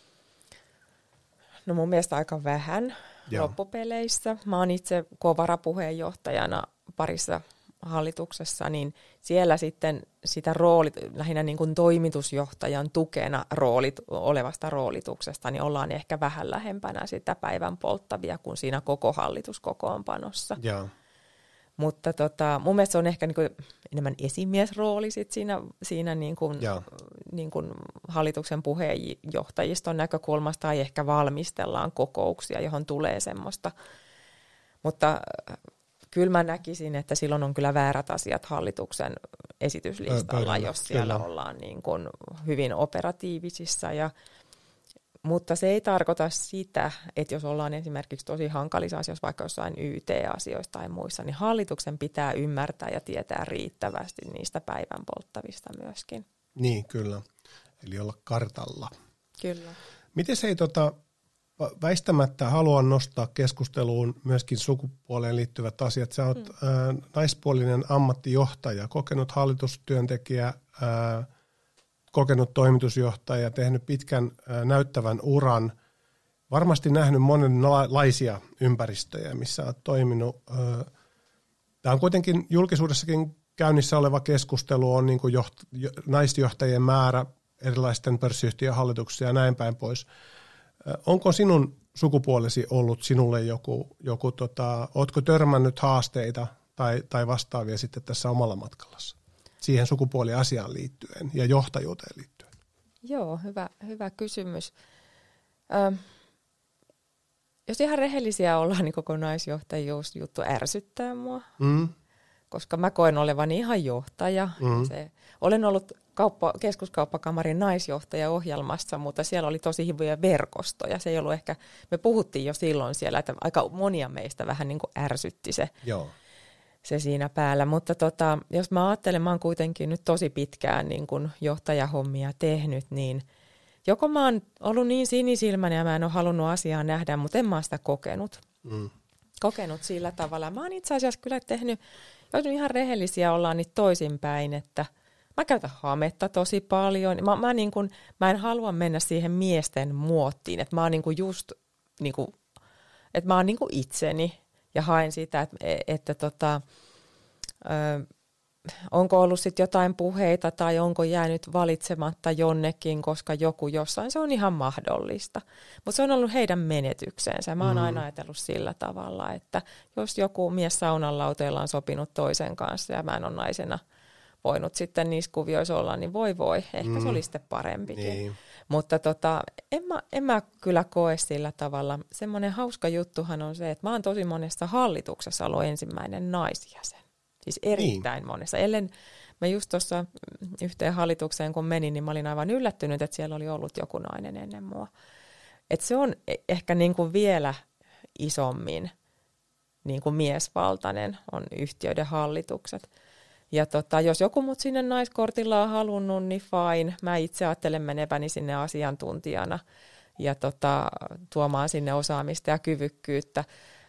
No mun mielestä aika vähän loppupeleissä. Mä oon itse varapuheenjohtajana parissa hallituksessa, niin siellä sitten sitä roolit, lähinnä niin kuin toimitusjohtajan tukena olevasta roolituksesta, niin ollaan ehkä vähän lähempänä sitä päivän polttavia kuin siinä koko hallituskokoonpanossa. Mutta mun mielestä se on ehkä niin kuin enemmän esimiesrooli sit siinä niin kuin hallituksen puheenjohtajiston näkökulmasta, tai ehkä valmistellaan kokouksia, johon tulee semmoista. Mutta kyllä mä näkisin, että silloin on kyllä väärät asiat hallituksen esityslistalla, jos siellä ollaan niin kuin hyvin operatiivisissa. Mutta se ei tarkoita sitä, että jos ollaan esimerkiksi tosi hankalissa asioissa, vaikka jossain YT-asioissa tai muissa, niin hallituksen pitää ymmärtää ja tietää riittävästi niistä päivän polttavista myöskin. Niin, kyllä. Eli olla kartalla. Kyllä. Miten se ei väistämättä haluan nostaa keskusteluun myöskin sukupuoleen liittyvät asiat. Sä oot naispuolinen ammattijohtaja, kokenut hallitustyöntekijä, kokenut toimitusjohtaja, tehnyt pitkän näyttävän uran, varmasti nähnyt monenlaisia ympäristöjä, missä olet toiminut. Tämä on kuitenkin julkisuudessakin käynnissä oleva keskustelu, on niin kuin naisjohtajien määrä erilaisten pörssiyhtiön hallituksissa ja näin päin pois. Onko sinun sukupuolesi ollut sinulle joku ootko törmännyt haasteita tai vastaavia sitten tässä omalla matkallasi siihen sukupuoliasiaan liittyen ja johtajuuteen liittyen? Joo, hyvä kysymys. Jos ihan rehellisiä ollaan, niin koko naisjohtajuusjuttu ärsyttää mua, koska mä koen olevani ihan johtaja. Olen ollut keskuskauppakamarin naisjohtajaohjelmassa, mutta siellä oli tosi hyviä verkostoja. Se ei ollut ehkä, me puhuttiin jo silloin siellä, että aika monia meistä vähän niin kuin ärsytti se siinä päällä. Mutta jos mä ajattelen, mä oon kuitenkin nyt tosi pitkään niin kuin johtajahommia tehnyt, niin joko mä oon ollut niin sinisilmäinen ja mä en ole halunnut asiaa nähdä, mutta en mä oon sitä kokenut sillä tavalla. Mä oon itse asiassa kyllä tehnyt, jos ihan rehellisiä ollaan niitä toisinpäin, että mä käytän hametta tosi paljon. Mä en halua mennä siihen miesten muottiin, että mä oon niinku just, niinku, että mä oon niinku itseni ja haen sitä, että onko ollut sitten jotain puheita tai onko jäänyt valitsematta jonnekin, koska joku jossain, se on ihan mahdollista. Mutta se on ollut heidän menetyksensä. Mä oon aina ajatellut sillä tavalla, että jos joku mies saunan lauteella on sopinut toisen kanssa ja mä en ole naisena voinut sitten niissä kuvioissa olla, niin voi, ehkä se olisi sitten parempikin. Niin. Mutta en mä kyllä koe sillä tavalla. Semmoinen hauska juttuhan on se, että mä oon tosi monessa hallituksessa ollut ensimmäinen naisjäsen. Siis erittäin monessa. Mä just tuossa yhteen hallitukseen kun menin, niin mä olin aivan yllättynyt, että siellä oli ollut joku nainen ennen mua. Että se on ehkä niin kuin vielä isommin niin kuin miesvaltainen on yhtiöiden hallitukset. Ja jos joku mut sinne naiskortilla on halunnut, niin fine. Mä itse ajattelen meneväni sinne asiantuntijana ja tuomaan sinne osaamista ja kyvykkyyttä.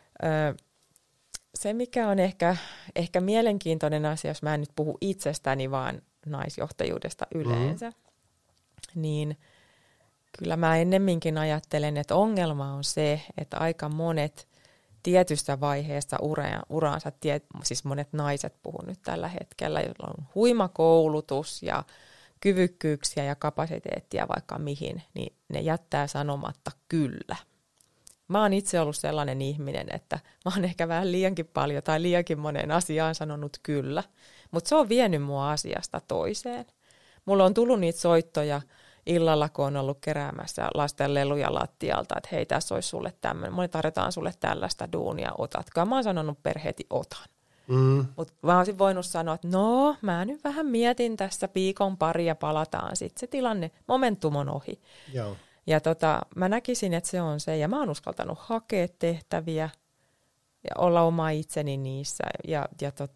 Se, mikä on ehkä mielenkiintoinen asia, jos mä en nyt puhu itsestäni, vaan naisjohtajuudesta yleensä, niin kyllä mä ennemminkin ajattelen, että ongelma on se, että aika monet tietyssä vaiheessa uraansa, siis monet naiset puhun nyt tällä hetkellä, joilla on huima koulutus ja kyvykkyyksiä ja kapasiteettia vaikka mihin, niin ne jättää sanomatta kyllä. Mä oon itse ollut sellainen ihminen, että mä oon ehkä vähän liiankin paljon tai liiankin moneen asiaan sanonut kyllä, mutta se on vienyt mua asiasta toiseen. Mulla on tullut niitä soittoja illalla, kun on ollut keräämässä lasten leluja lattialta, että hei, tässä olisi sulle tämmöinen, me tarjotaan sulle tällaista duunia, otatko? Mä oon sanonut perheeti, otan. Mutta mä olisin voinut sanoa, että no, mä nyt vähän mietin tässä viikon pari ja palataan sitten. Se tilanne, momentum on ohi. Joo. Ja mä näkisin, että se on se, ja mä oon uskaltanut hakea tehtäviä ja olla oma itseni niissä, ja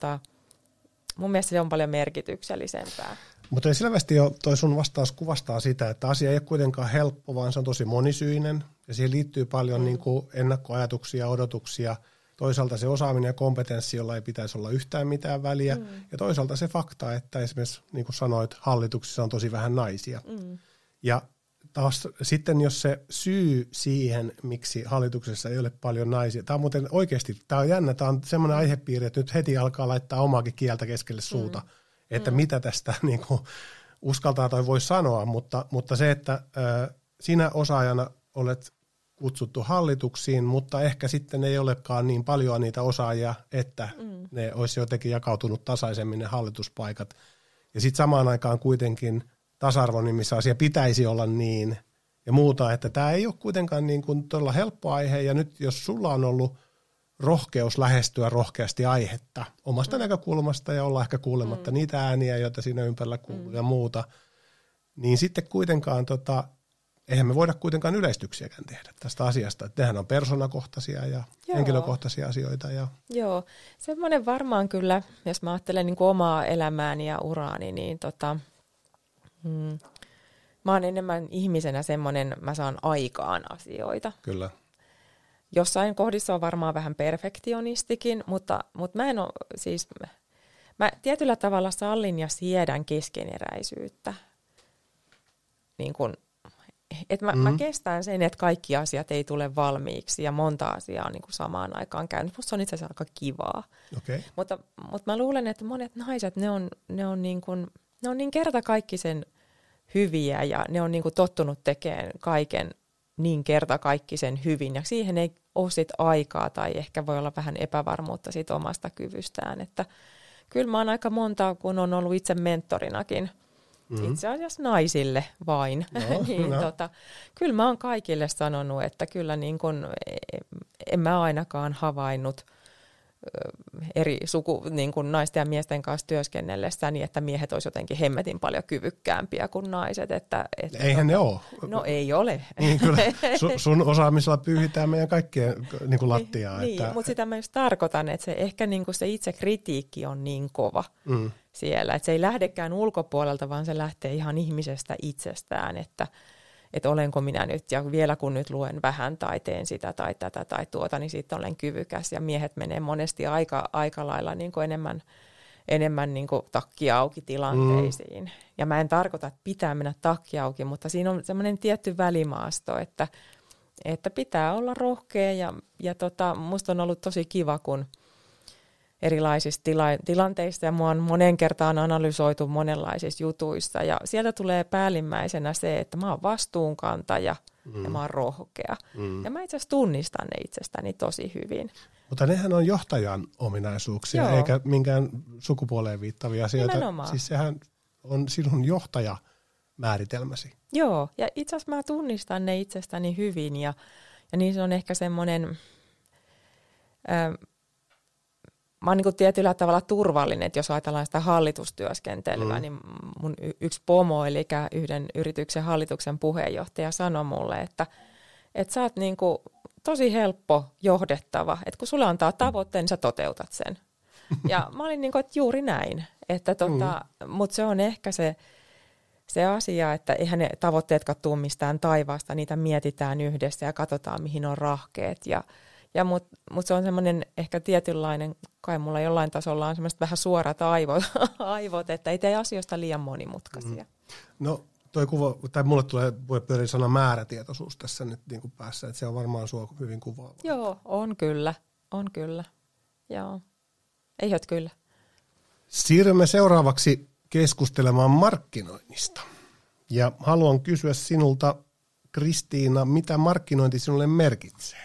mun mielestä se on paljon merkityksellisempää. Mutta selvästi jo toi sun vastaus kuvastaa sitä, että asia ei ole kuitenkaan helppo, vaan se on tosi monisyinen, ja siihen liittyy paljon niin kuin ennakkoajatuksia, odotuksia, toisaalta se osaaminen ja kompetenssi, jolla ei pitäisi olla yhtään mitään väliä, ja toisaalta se fakta, että esimerkiksi niin kuin sanoit, hallituksissa on tosi vähän naisia. Ja taas sitten jos se syy siihen, miksi hallituksessa ei ole paljon naisia, tämä on muuten oikeasti, tämä on jännä, tämä on semmoinen aihepiiri, että nyt heti alkaa laittaa omaakin kieltä keskelle suuta, että mitä tästä niin kuin uskaltaa tai voi sanoa, mutta se, että sinä osaajana olet kutsuttu hallituksiin, mutta ehkä sitten ei olekaan niin paljon niitä osaajia, että ne olisi jotenkin jakautunut tasaisemmin ne hallituspaikat. Ja sitten samaan aikaan kuitenkin tasa-arvon nimissä asia pitäisi olla niin ja muuta, että tämä ei ole kuitenkaan niin kuin todella helppo aihe, ja nyt jos sulla on ollut rohkeus lähestyä rohkeasti aihetta omasta näkökulmasta ja olla ehkä kuulematta niitä ääniä, joita siinä ympärillä kuuluu ja muuta, niin sitten kuitenkaan, eihän me voida kuitenkaan yleistyksiäkään tehdä tästä asiasta, että nehän on persoonakohtaisia ja henkilökohtaisia asioita. Joo, semmoinen varmaan kyllä, jos mä ajattelen niin kuin omaa elämääni ja uraani, niin mä oon enemmän ihmisenä semmoinen, mä saan aikaan asioita. Kyllä. Jossain kohdissa on varmaan vähän perfektionistikin, mutta mä en ole siis, mä tietyllä tavalla sallin ja siedän keskeneräisyyttä. Niin kun, että mä kestän sen, että kaikki asiat ei tule valmiiksi ja monta asiaa on niin kuin samaan aikaan käynyt. Musta on itse asiassa aika kivaa. Okay. Mutta mä luulen, että monet naiset, ne on niin kertakaikkisen hyviä ja ne on niin kuin tottunut tekemään kaiken niin kertakaikkisen hyvin, ja siihen ei ole sit aikaa tai ehkä voi olla vähän epävarmuutta siitä omasta kyvystään, että kyllä mä oon aika monta, kun on ollut itse mentorinakin, itse asiassa naisille vain, niin kyllä mä oon kaikille sanonut, että kyllä niin kun, en mä ainakaan havainnut eri niin kuin naisten ja miesten kanssa työskennellessä, niin että miehet olisivat jotenkin hemmetin paljon kyvykkäämpiä kuin naiset. Eihän ne ole. No ei ole. Niin, kyllä sun osaamisella pyyhitään meidän kaikkien niin kuin lattiaa. Niin, mutta sitä mä just tarkoitan, että se ehkä niin kuin se itse kritiikki on niin kova siellä, että se ei lähdekään ulkopuolelta, vaan se lähtee ihan ihmisestä itsestään, että olenko minä nyt, ja vielä kun nyt luen vähän tai teen sitä tai tätä tai tuota, niin siitä olen kyvykäs, ja miehet menee monesti aika lailla niin kuin enemmän niin kuin takki auki tilanteisiin. Ja mä en tarkoita, että pitää mennä takki auki, mutta siinä on semmoinen tietty välimaasto, että pitää olla rohkea, ja musta on ollut tosi kiva, kun erilaisissa tilanteissa, ja mua on monen kertaan analysoitu monenlaisissa jutuissa, ja sieltä tulee päällimmäisenä se, että mä oon vastuunkantaja ja mä oon rohkea. Ja mä itse asiassa tunnistan ne itsestäni tosi hyvin. Mutta nehän on johtajan ominaisuuksia, Joo. eikä minkään sukupuoleen viittavia asioita. Nimenomaan. Siis sehän on sinun johtajamääritelmäsi. Joo, ja itse asiassa mä tunnistan ne itsestäni hyvin, ja niin se on ehkä semmoinen... Mä oon niin kuin tietyllä tavalla turvallinen, että jos ajatellaan sitä hallitustyöskentelyä, niin mun yksi pomo, eli yhden yrityksen hallituksen puheenjohtaja, sanoi mulle, että sä oot niin kuin tosi helppo johdettava, että kun sulle antaa tavoitteen, niin sä toteutat sen. Ja mä olin niin kuin, että juuri näin, että mutta se on ehkä se asia, että eihän ne tavoitteetkaan tule mistään taivaasta, niitä mietitään yhdessä ja katsotaan, mihin on rahkeet mutta se on semmoinen ehkä tietynlainen, kai mulla jollain tasolla on semmoiset vähän suorat aivot, että ei tee asioista liian monimutkaisia. No toi kuva, tai mulle voi pyöriä sana määrätietoisuus tässä nyt niin kuin päässä, että se on varmaan sua hyvin kuvaava. Joo, on kyllä. Joo, ei kyllä. Siirrymme seuraavaksi keskustelemaan markkinoinnista. Ja haluan kysyä sinulta, Kristiina, mitä markkinointi sinulle merkitsee?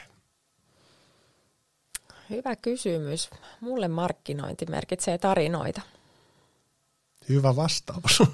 Hyvä kysymys. Mulle markkinointi merkitsee tarinoita. Hyvä vastaus,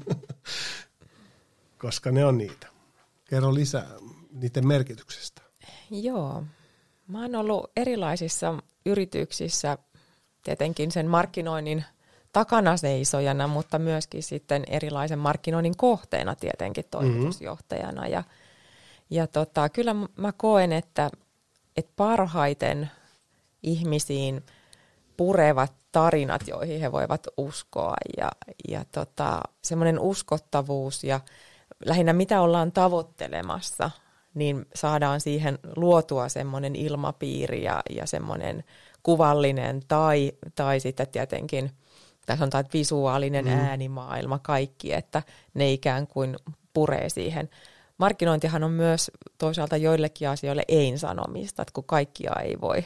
koska ne on niitä. Kerro lisää niiden merkityksestä. Joo. Mä oon ollut erilaisissa yrityksissä tietenkin sen markkinoinnin takana seisojana, mutta myöskin sitten erilaisen markkinoinnin kohteena tietenkin toimitusjohtajana. Ja kyllä mä koen, että parhaiten ihmisiin purevat tarinat, joihin he voivat uskoa ja semmoinen uskottavuus ja lähinnä mitä ollaan tavoittelemassa, niin saadaan siihen luotua semmoinen ilmapiiri ja semmoinen kuvallinen tai sitten tietenkin tässä on tämä visuaalinen äänimaailma kaikki, että ne ikään kuin puree siihen. Markkinointihan on myös toisaalta joillekin asioille ei-sanomista, että kun kaikkia ei voi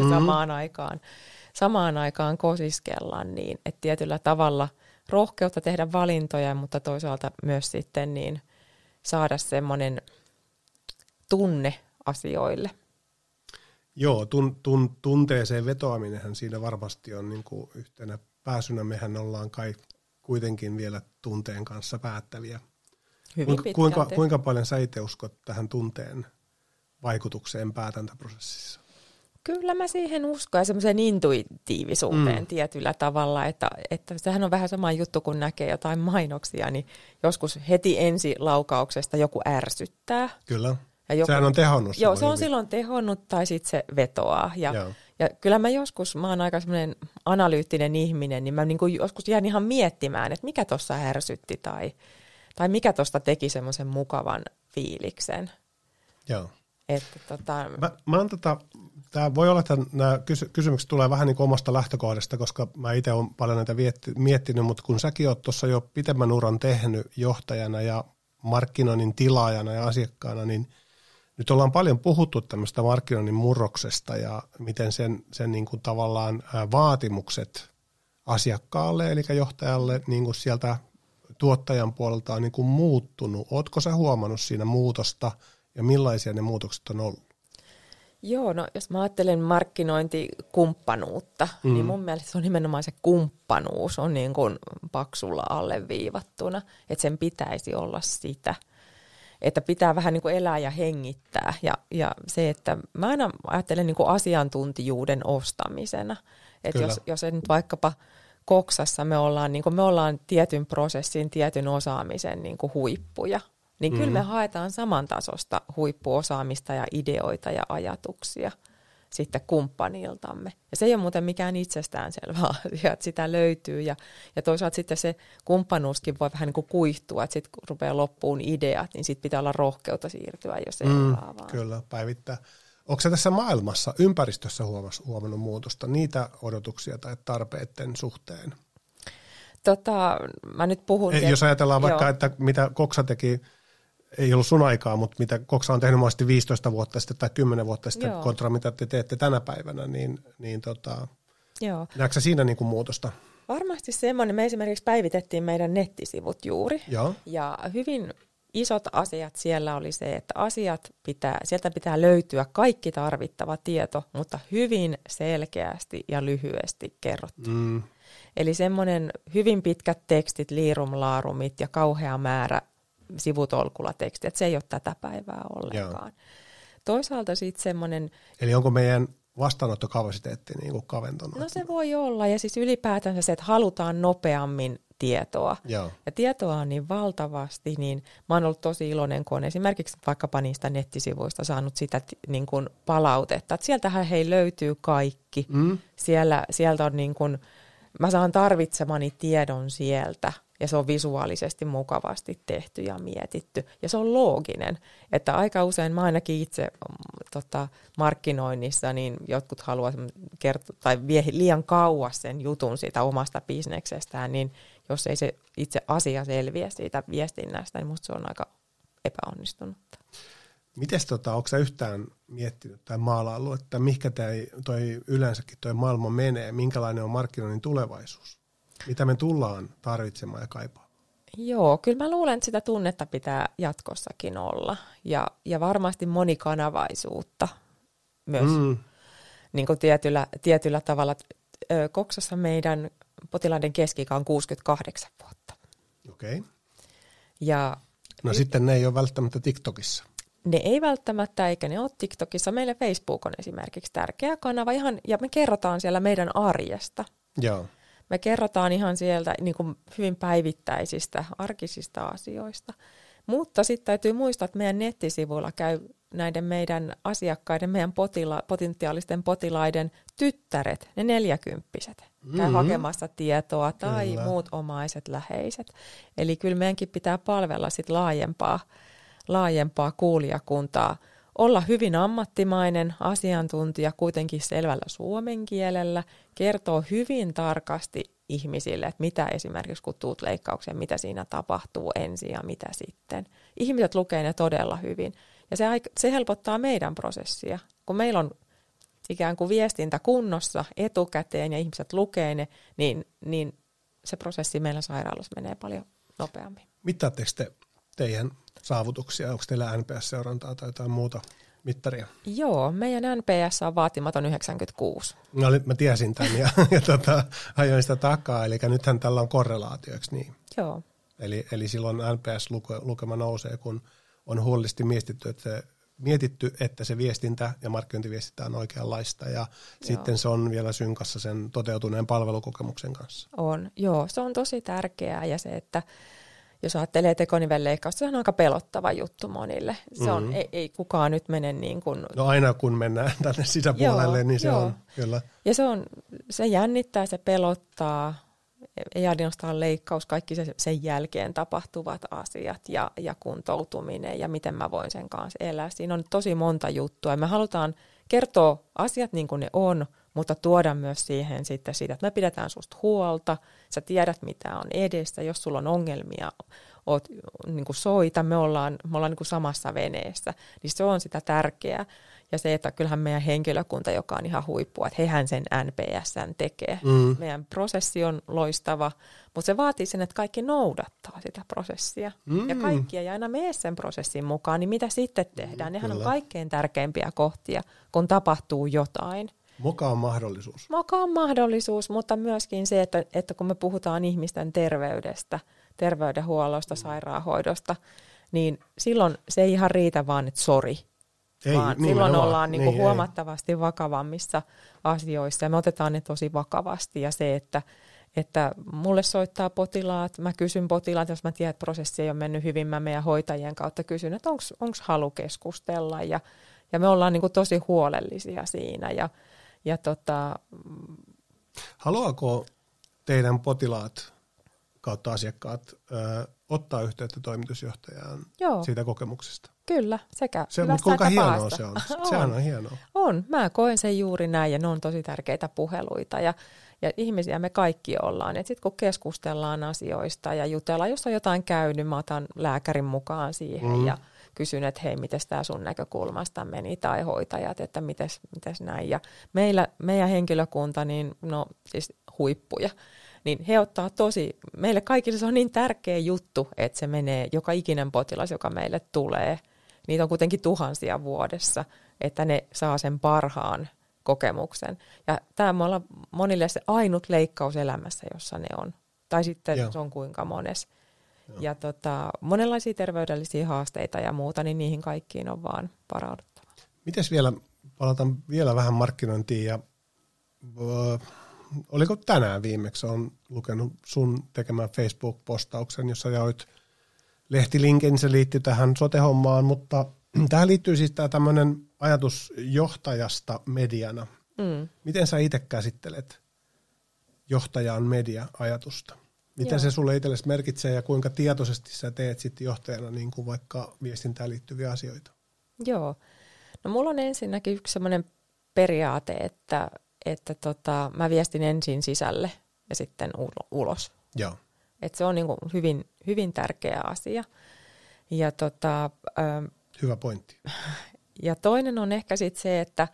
samaan aikaan kosiskella, niin että tietyllä tavalla rohkeutta tehdä valintoja, mutta toisaalta myös sitten niin saada semmoinen tunne asioille. Joo, tunteeseen vetoaminenhan siinä varmasti on niin kuin yhtenä pääsynä. Mehän ollaan kai kuitenkin vielä tunteen kanssa päättäviä. Kuinka paljon sä itse uskot tähän tunteen vaikutukseen päätäntäprosessissa? Kyllä mä siihen uskon ja semmoiseen intuitiivisuuteen tietyllä tavalla, että sehän on vähän sama juttu, kun näkee jotain mainoksia, niin joskus heti ensi laukauksesta joku ärsyttää. Kyllä, sehän on tehonnut. Joo, se on silloin tehonnut tai sitten se vetoaa. Ja kyllä mä oon aika semmoinen analyyttinen ihminen, niin mä niinku joskus jään ihan miettimään, että mikä tuossa ärsytti tai mikä tuosta teki semmoisen mukavan fiiliksen. Joo. Tämä voi olla, että nämä kysymykset tulee vähän niin kuin omasta lähtökohdasta, koska mä itse olen paljon näitä miettinyt, mutta kun säkin oot tuossa jo pitemmän uran tehnyt johtajana ja markkinoinnin tilaajana ja asiakkaana, niin nyt ollaan paljon puhuttu tämmöistä markkinoinnin murroksesta ja miten sen niin kuin tavallaan vaatimukset asiakkaalle, eli johtajalle niin kuin sieltä tuottajan puolelta on niin kuin muuttunut. Ootko sä huomannut siinä muutosta ja millaisia ne muutokset on ollut? Joo, no jos mä ajattelen markkinointikumppanuutta, niin mun mielestä se on nimenomaan se kumppanuus on niin kuin paksulla alleviivattuna, että sen pitäisi olla sitä. että pitää vähän niin kuin elää ja hengittää. Ja se, että mä aina ajattelen niin kuin asiantuntijuuden ostamisena. Että jos nyt vaikkapa Coxassa me ollaan tietyn prosessin, tietyn osaamisen niin kuin huippuja, niin kyllä me haetaan samantasosta huippuosaamista ja ideoita ja ajatuksia sitten kumppaniltamme. Ja se ei ole muuten mikään itsestäänselvä asia, että sitä löytyy. Ja toisaalta sitten se kumppanuuskin voi vähän niin kuin kuihtua, että sitten kun rupeaa loppuun ideat, niin sitten pitää olla rohkeutta siirtyä, jos ei vaan. Kyllä, päivittää. Onko se tässä maailmassa, ympäristössä huomannut muutosta, niitä odotuksia tai tarpeiden suhteen? Mä nyt puhun... Jos ajatellaan vaikka, että mitä Coxa teki, ei ollut sun aikaa, mutta mitä Coxa on tehnyt mahdollisesti 15 vuotta sitten tai 10 vuotta sitten kontra mitä te teette tänä päivänä, niin näetkö siinä niin kuin muutosta? Varmasti semmoinen. Me esimerkiksi päivitettiin meidän nettisivut juuri. Ja hyvin isot asiat siellä oli se, että sieltä pitää löytyä kaikki tarvittava tieto, mutta hyvin selkeästi ja lyhyesti kerrottu. Eli semmoinen hyvin pitkät tekstit, liirumlaarumit ja kauhea määrä sivutolkulla tekstiä, että se ei ole tätä päivää ollenkaan. Toisaalta sitten semmoinen... Eli onko meidän vastaanottokapasiteetti niin kuin kaventunut? No se voi olla, ja siis ylipäätänsä se, että halutaan nopeammin tietoa. Ja tietoa on niin valtavasti, niin mä oon ollut tosi iloinen, kun on esimerkiksi vaikkapa niistä nettisivuista saanut sitä niin kuin palautetta. Että sieltähän löytyy kaikki. Sieltä on niin kuin, mä saan tarvitsemani tiedon sieltä. Ja se on visuaalisesti mukavasti tehty ja mietitty. Ja se on looginen, että aika usein mä ainakin itse markkinoinnissa, niin jotkut haluavat kertoa tai vie liian kauas sen jutun siitä omasta bisneksestään, niin jos ei se itse asia selviä siitä viestinnästä, niin musta se on aika epäonnistunutta. Mites onko sä yhtään miettinyt tai maalaillut, että mihinkä toi yleensäkin toi maailma menee, minkälainen on markkinoinnin tulevaisuus? Mitä me tullaan tarvitsemaan ja kaipaamaan? Joo, kyllä mä luulen, että sitä tunnetta pitää jatkossakin olla. Ja varmasti monikanavaisuutta myös niin kuin tietyllä tavalla. Coxassa meidän potilaiden keski-ikä on 68 vuotta. Okei. Ja sitten ne ei ole välttämättä TikTokissa. Ne ei välttämättä, eikä ne ole TikTokissa. Meillä Facebook on esimerkiksi tärkeä kanava ja me kerrotaan siellä meidän arjesta. Joo. Me kerrotaan ihan sieltä niin kuin hyvin päivittäisistä, arkisista asioista. Mutta sitten täytyy muistaa, että meidän nettisivuilla käy näiden meidän asiakkaiden, meidän potentiaalisten potilaiden tyttäret, ne 40-vuotiaat, käy hakemassa tietoa tai muut omaiset läheiset. Eli kyllä meidänkin pitää palvella sit laajempaa kuulijakuntaa. Olla hyvin ammattimainen asiantuntija kuitenkin selvällä suomen kielellä, kertoo hyvin tarkasti ihmisille, että mitä esimerkiksi kun tuut leikkaukseen, mitä siinä tapahtuu ensin ja mitä sitten. Ihmiset lukee ne todella hyvin ja se helpottaa meidän prosessia, kun meillä on ikään kuin viestintä kunnossa etukäteen ja ihmiset lukee ne, niin se prosessi meillä sairaalassa menee paljon nopeammin. Mittaatteko te teidän saavutuksia? Onko teillä NPS-seurantaa tai jotain muuta mittaria? Joo, meidän NPS on vaatimaton 96. No, mä tiesin tämän ja ajoin sitä takaa, eli nythän tällä on korrelaatio, eikö niin? Joo. Eli silloin NPS-lukema nousee, kun on huolellisesti mietitty, että se viestintä ja markkinointiviestintä on oikeanlaista ja sitten se on vielä synkassa sen toteutuneen palvelukokemuksen kanssa. On, joo, se on tosi tärkeää ja se, että jos ajattelee tekonivelleikkausta, se on aika pelottava juttu monille. Se on, ei kukaan nyt mene niin kuin... No aina kun mennään tänne sisäpuolelle, niin se on kyllä. Ja se jännittää, se pelottaa, ei ainoastaan leikkaus, kaikki sen jälkeen tapahtuvat asiat ja kuntoutuminen ja miten mä voin sen kanssa elää. Siinä on tosi monta juttua ja me halutaan kertoa asiat niin kuin ne on, mutta tuoda myös siihen sitten siitä, että me pidetään susta huolta, sä tiedät mitä on edessä, jos sulla on ongelmia, oot, niin kuin soita, me ollaan niin kuin samassa veneessä, niin se on sitä tärkeää. Ja se, että kyllähän meidän henkilökunta, joka on ihan huippua, että hehän sen NPS:n tekee. Meidän prosessi on loistava, mutta se vaatii sen, että kaikki noudattaa sitä prosessia. Ja kaikki ei aina mene sen prosessin mukaan, niin mitä sitten tehdään? Nehän on kaikkein tärkeimpiä kohtia, kun tapahtuu jotain. Moka on mahdollisuus. Moka on mahdollisuus, mutta myöskin se, että kun me puhutaan ihmisten terveydestä, terveydenhuollosta, sairaanhoidosta, niin silloin se ei ihan riitä vaan, että sori. Vaan silloin ollaan niin kuin huomattavasti vakavammissa asioissa ja me otetaan ne tosi vakavasti. Ja se, että mulle soittaa potilaat, mä kysyn potilaat, jos mä tiedän, että prosessi ei ole mennyt hyvin, mä meidän hoitajien kautta kysyn, että onko halu keskustella. Ja me ollaan niin kuin tosi huolellisia siinä. Haluaako teidän potilaat kautta asiakkaat ottaa yhteyttä toimitusjohtajaan siitä kokemuksesta? Kyllä, sekä se, mutta kuinka hienoa se on? Sehän on hienoa. On, mä koen sen juuri näin ja ne on tosi tärkeitä puheluita ja ihmisiä me kaikki ollaan. Sitten kun keskustellaan asioista ja jutellaan, jos on jotain käynyt, mä otan lääkärin mukaan siihen ja kysyn, että hei, miten tämä sun näkökulmasta meni tai hoitajat, että mites näin. Ja meidän henkilökunta, niin no siis huippuja. Niin he ottaa meille kaikille se on niin tärkeä juttu, että se menee joka ikinen potilas, joka meille tulee. Niitä on kuitenkin tuhansia vuodessa, että ne saa sen parhaan kokemuksen. Ja tämä on monille se ainut leikkaus elämässä, jossa ne on. Tai sitten se on kuinka mones. Ja monenlaisia terveydellisiä haasteita ja muuta, niin niihin kaikkiin on vaan varauduttava. Mites vielä, palataan vielä vähän markkinointiin ja oliko tänään viimeksi, olen lukenut sun tekemään Facebook-postauksen, jossa jaoit lehtilinkin, se liittyy tähän sote-hommaan, mutta tähän liittyy siis tämä tämmöinen ajatus johtajasta mediana. Miten sä itse käsittelet johtajan media-ajatusta? Mitä se sulle itsellesi merkitsee ja kuinka tietoisesti sä teet sitten johtajana niin kuin vaikka viestintään liittyviä asioita? Joo, no mulla on ensinnäkin yksi semmoinen periaate, että mä viestin ensin sisälle ja sitten ulos. Joo. Et se on niin kuin hyvin, hyvin tärkeä asia. Ja hyvä pointti. Ja toinen on ehkä sitten se, että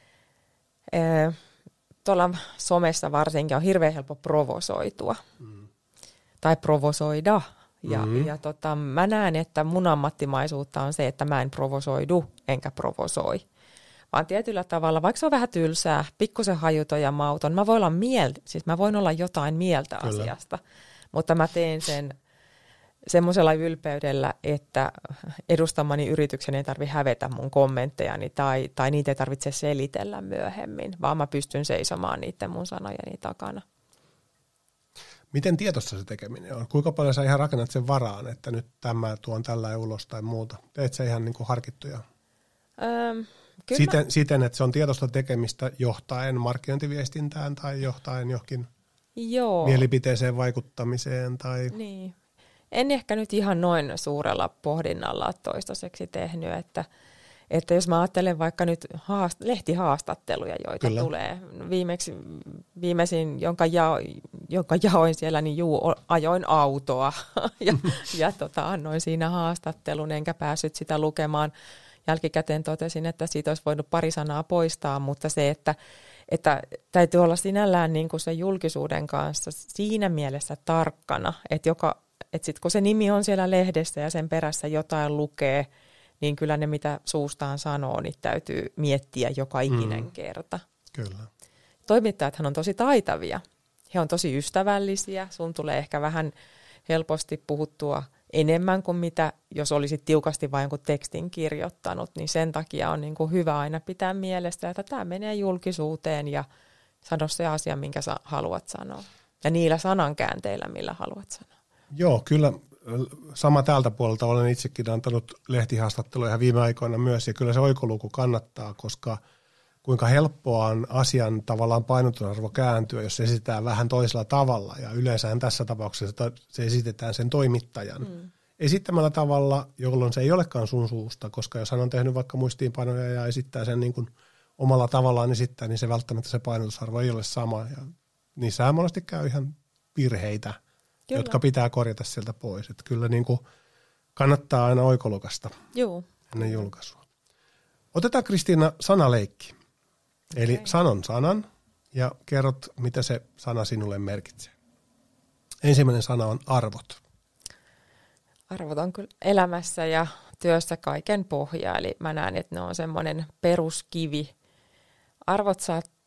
tuolla somessa varsinkin on hirveän helppo provosoitua. Tai provosoida. Ja mä näen, että mun ammattimaisuutta on se, että mä en provosoidu enkä provosoi. Vaan tietyllä tavalla, vaikka se on vähän tylsää, pikkusen hajuton ja mauton, mä voin olla jotain mieltä asiasta, mutta mä teen sen semmoisella ylpeydellä, että edustamani yrityksen ei tarvitse hävetä mun kommenttejani tai niitä ei tarvitse selitellä myöhemmin, vaan mä pystyn seisomaan niiden mun sanojeni takana. Miten tietoista se tekeminen on? Kuinka paljon sä ihan rakennat sen varaan, että nyt tämä tuon tällä ulos tai muuta? Teet sä ihan niin kuin harkittuja? Siten, että se on tietoista tekemistä johtaen markkinointiviestintään tai johtaen johonkin mielipiteeseen vaikuttamiseen? Tai... Niin. En ehkä nyt ihan noin suurella pohdinnalla toistaiseksi tehnyt, että jos mä ajattelen vaikka nyt lehtihaastatteluja, joita tulee. Viimeisin, jonka jaoin siellä, niin ajoin autoa ja annoin siinä haastattelun, enkä päässyt sitä lukemaan. Jälkikäteen totesin, että siitä olisi voinut pari sanaa poistaa, mutta se, että täytyy olla sinällään niin kuin sen julkisuuden kanssa siinä mielessä tarkkana, että sit kun se nimi on siellä lehdessä ja sen perässä jotain lukee, niin kyllä ne mitä suustaan sanoo, niin täytyy miettiä joka ikinen kerta. Kyllä. Toimittajathan on tosi taitavia. He on tosi ystävällisiä. Sun tulee ehkä vähän helposti puhuttua enemmän kuin mitä, jos olisit tiukasti vain jonkun tekstin kirjoittanut, niin sen takia on niin kuin hyvä aina pitää mielessä, että tämä menee julkisuuteen ja sano se asia, minkä sä haluat sanoa. Ja niillä sanankäänteillä, millä haluat sanoa. Joo, kyllä sama täältä puolelta olen itsekin antanut lehtihaastatteluja ihan viime aikoina myös, ja kyllä se oikoluku kannattaa, koska kuinka helppoa on asian tavallaan painotusarvo kääntyä, jos se esitetään vähän toisella tavalla, ja yleensähän tässä tapauksessa se esitetään sen toimittajan esittämällä tavalla, jolloin se ei olekaan sun suusta, koska jos hän on tehnyt vaikka muistiinpanoja ja esittää sen niin kuin omalla tavallaan esittää, niin se välttämättä se painotusarvo ei ole sama, ja niissähän monesti käy ihan virheitä, kyllä, jotka pitää korjata sieltä pois. Että kyllä niin kuin kannattaa aina oikolukasta ennen julkaisua. Otetaan Kristiina sanaleikki. Eli sanon sanan ja kerrot, mitä se sana sinulle merkitsee. Ensimmäinen sana on arvot. Arvot on kyllä elämässä ja työssä kaiken pohja. Eli mä näen, että ne on semmoinen peruskivi. Arvot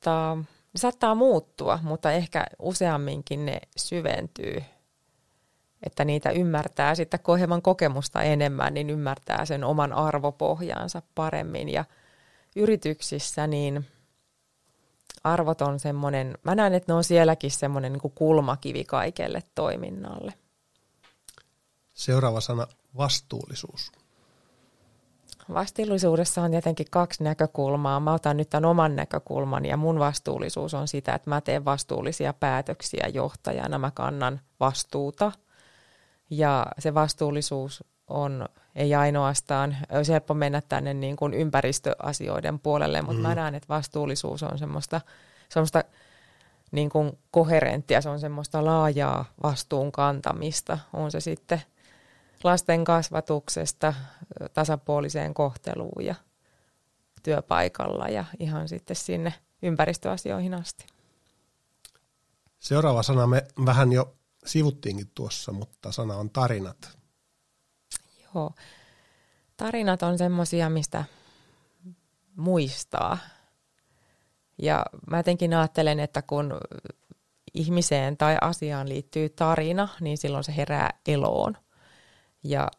saattaa muuttua, mutta ehkä useamminkin ne syventyy että niitä ymmärtää sitten, kun on hieman kokemusta enemmän, niin ymmärtää sen oman arvopohjaansa paremmin. Ja yrityksissä niin arvot on semmoinen, mä näen, että ne on sielläkin semmoinen niin kuin kulmakivi kaikelle toiminnalle. Seuraava sana, vastuullisuus. Vastuullisuudessa on tietenkin 2 näkökulmaa. Mä otan nyt tämän oman näkökulman ja mun vastuullisuus on sitä, että mä teen vastuullisia päätöksiä johtajana. Mä kannan vastuuta ja se vastuullisuus on, ei ainoastaan, olisi helppo mennä tänne niin kuin ympäristöasioiden puolelle, mutta mä näen, että vastuullisuus on semmoista niin kuin koherenttia, se on semmoista laajaa vastuun kantamista. On se sitten lasten kasvatuksesta tasapuoliseen kohteluun ja työpaikalla ja ihan sitten sinne ympäristöasioihin asti. Seuraava sana me vähän jo sivuttiinkin tuossa, mutta sana on tarinat. Joo. Tarinat on semmoisia, mistä muistaa. Ja mä jotenkin ajattelen, että kun ihmiseen tai asiaan liittyy tarina, niin silloin se herää eloon. Ja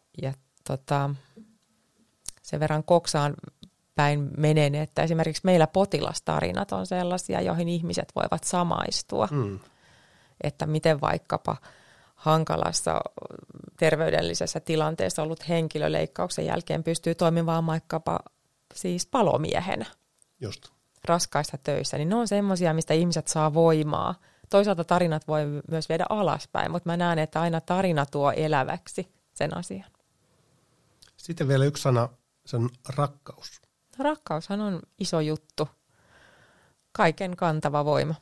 sen verran koksaan päin menen, että esimerkiksi meillä potilastarinat on sellaisia, joihin ihmiset voivat samaistua. Että miten vaikkapa hankalassa terveydellisessä tilanteessa ollut henkilö leikkauksen jälkeen pystyy toimimaan vaikkapa siis palomiehenä. Just. Raskaissa töissä, niin ne on semmoisia, mistä ihmiset saa voimaa. Toisaalta tarinat voi myös viedä alaspäin, mutta mä näen, että aina tarina tuo eläväksi sen asian. Sitten vielä yksi sana, se on rakkaus. Rakkaushan on iso juttu. Kaiken kantava voima.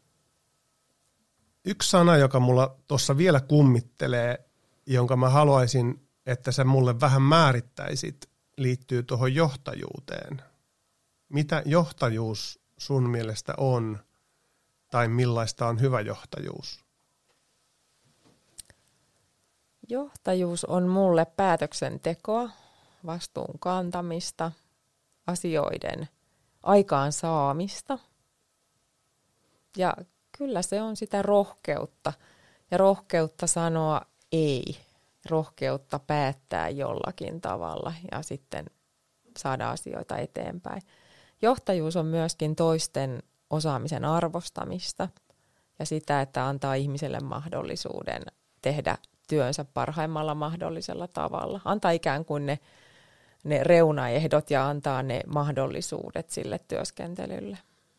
Yksi sana, joka mulla tuossa vielä kummittelee, jonka mä haluaisin, että sä mulle vähän määrittäisit, liittyy tuohon johtajuuteen. Mitä johtajuus sun mielestä on, tai millaista on hyvä johtajuus? Johtajuus on mulle päätöksentekoa, vastuun kantamista, asioiden aikaansaamista. Ja kyllä se on sitä rohkeutta. Ja rohkeutta sanoa ei, rohkeutta päättää jollakin tavalla ja sitten saada asioita eteenpäin. Johtajuus on myöskin toisten osaamisen arvostamista ja sitä, että antaa ihmiselle mahdollisuuden tehdä työnsä parhaimmalla mahdollisella tavalla. Antaa ikään kuin ne reunaehdot ja antaa ne mahdollisuudet sille työskentelylle.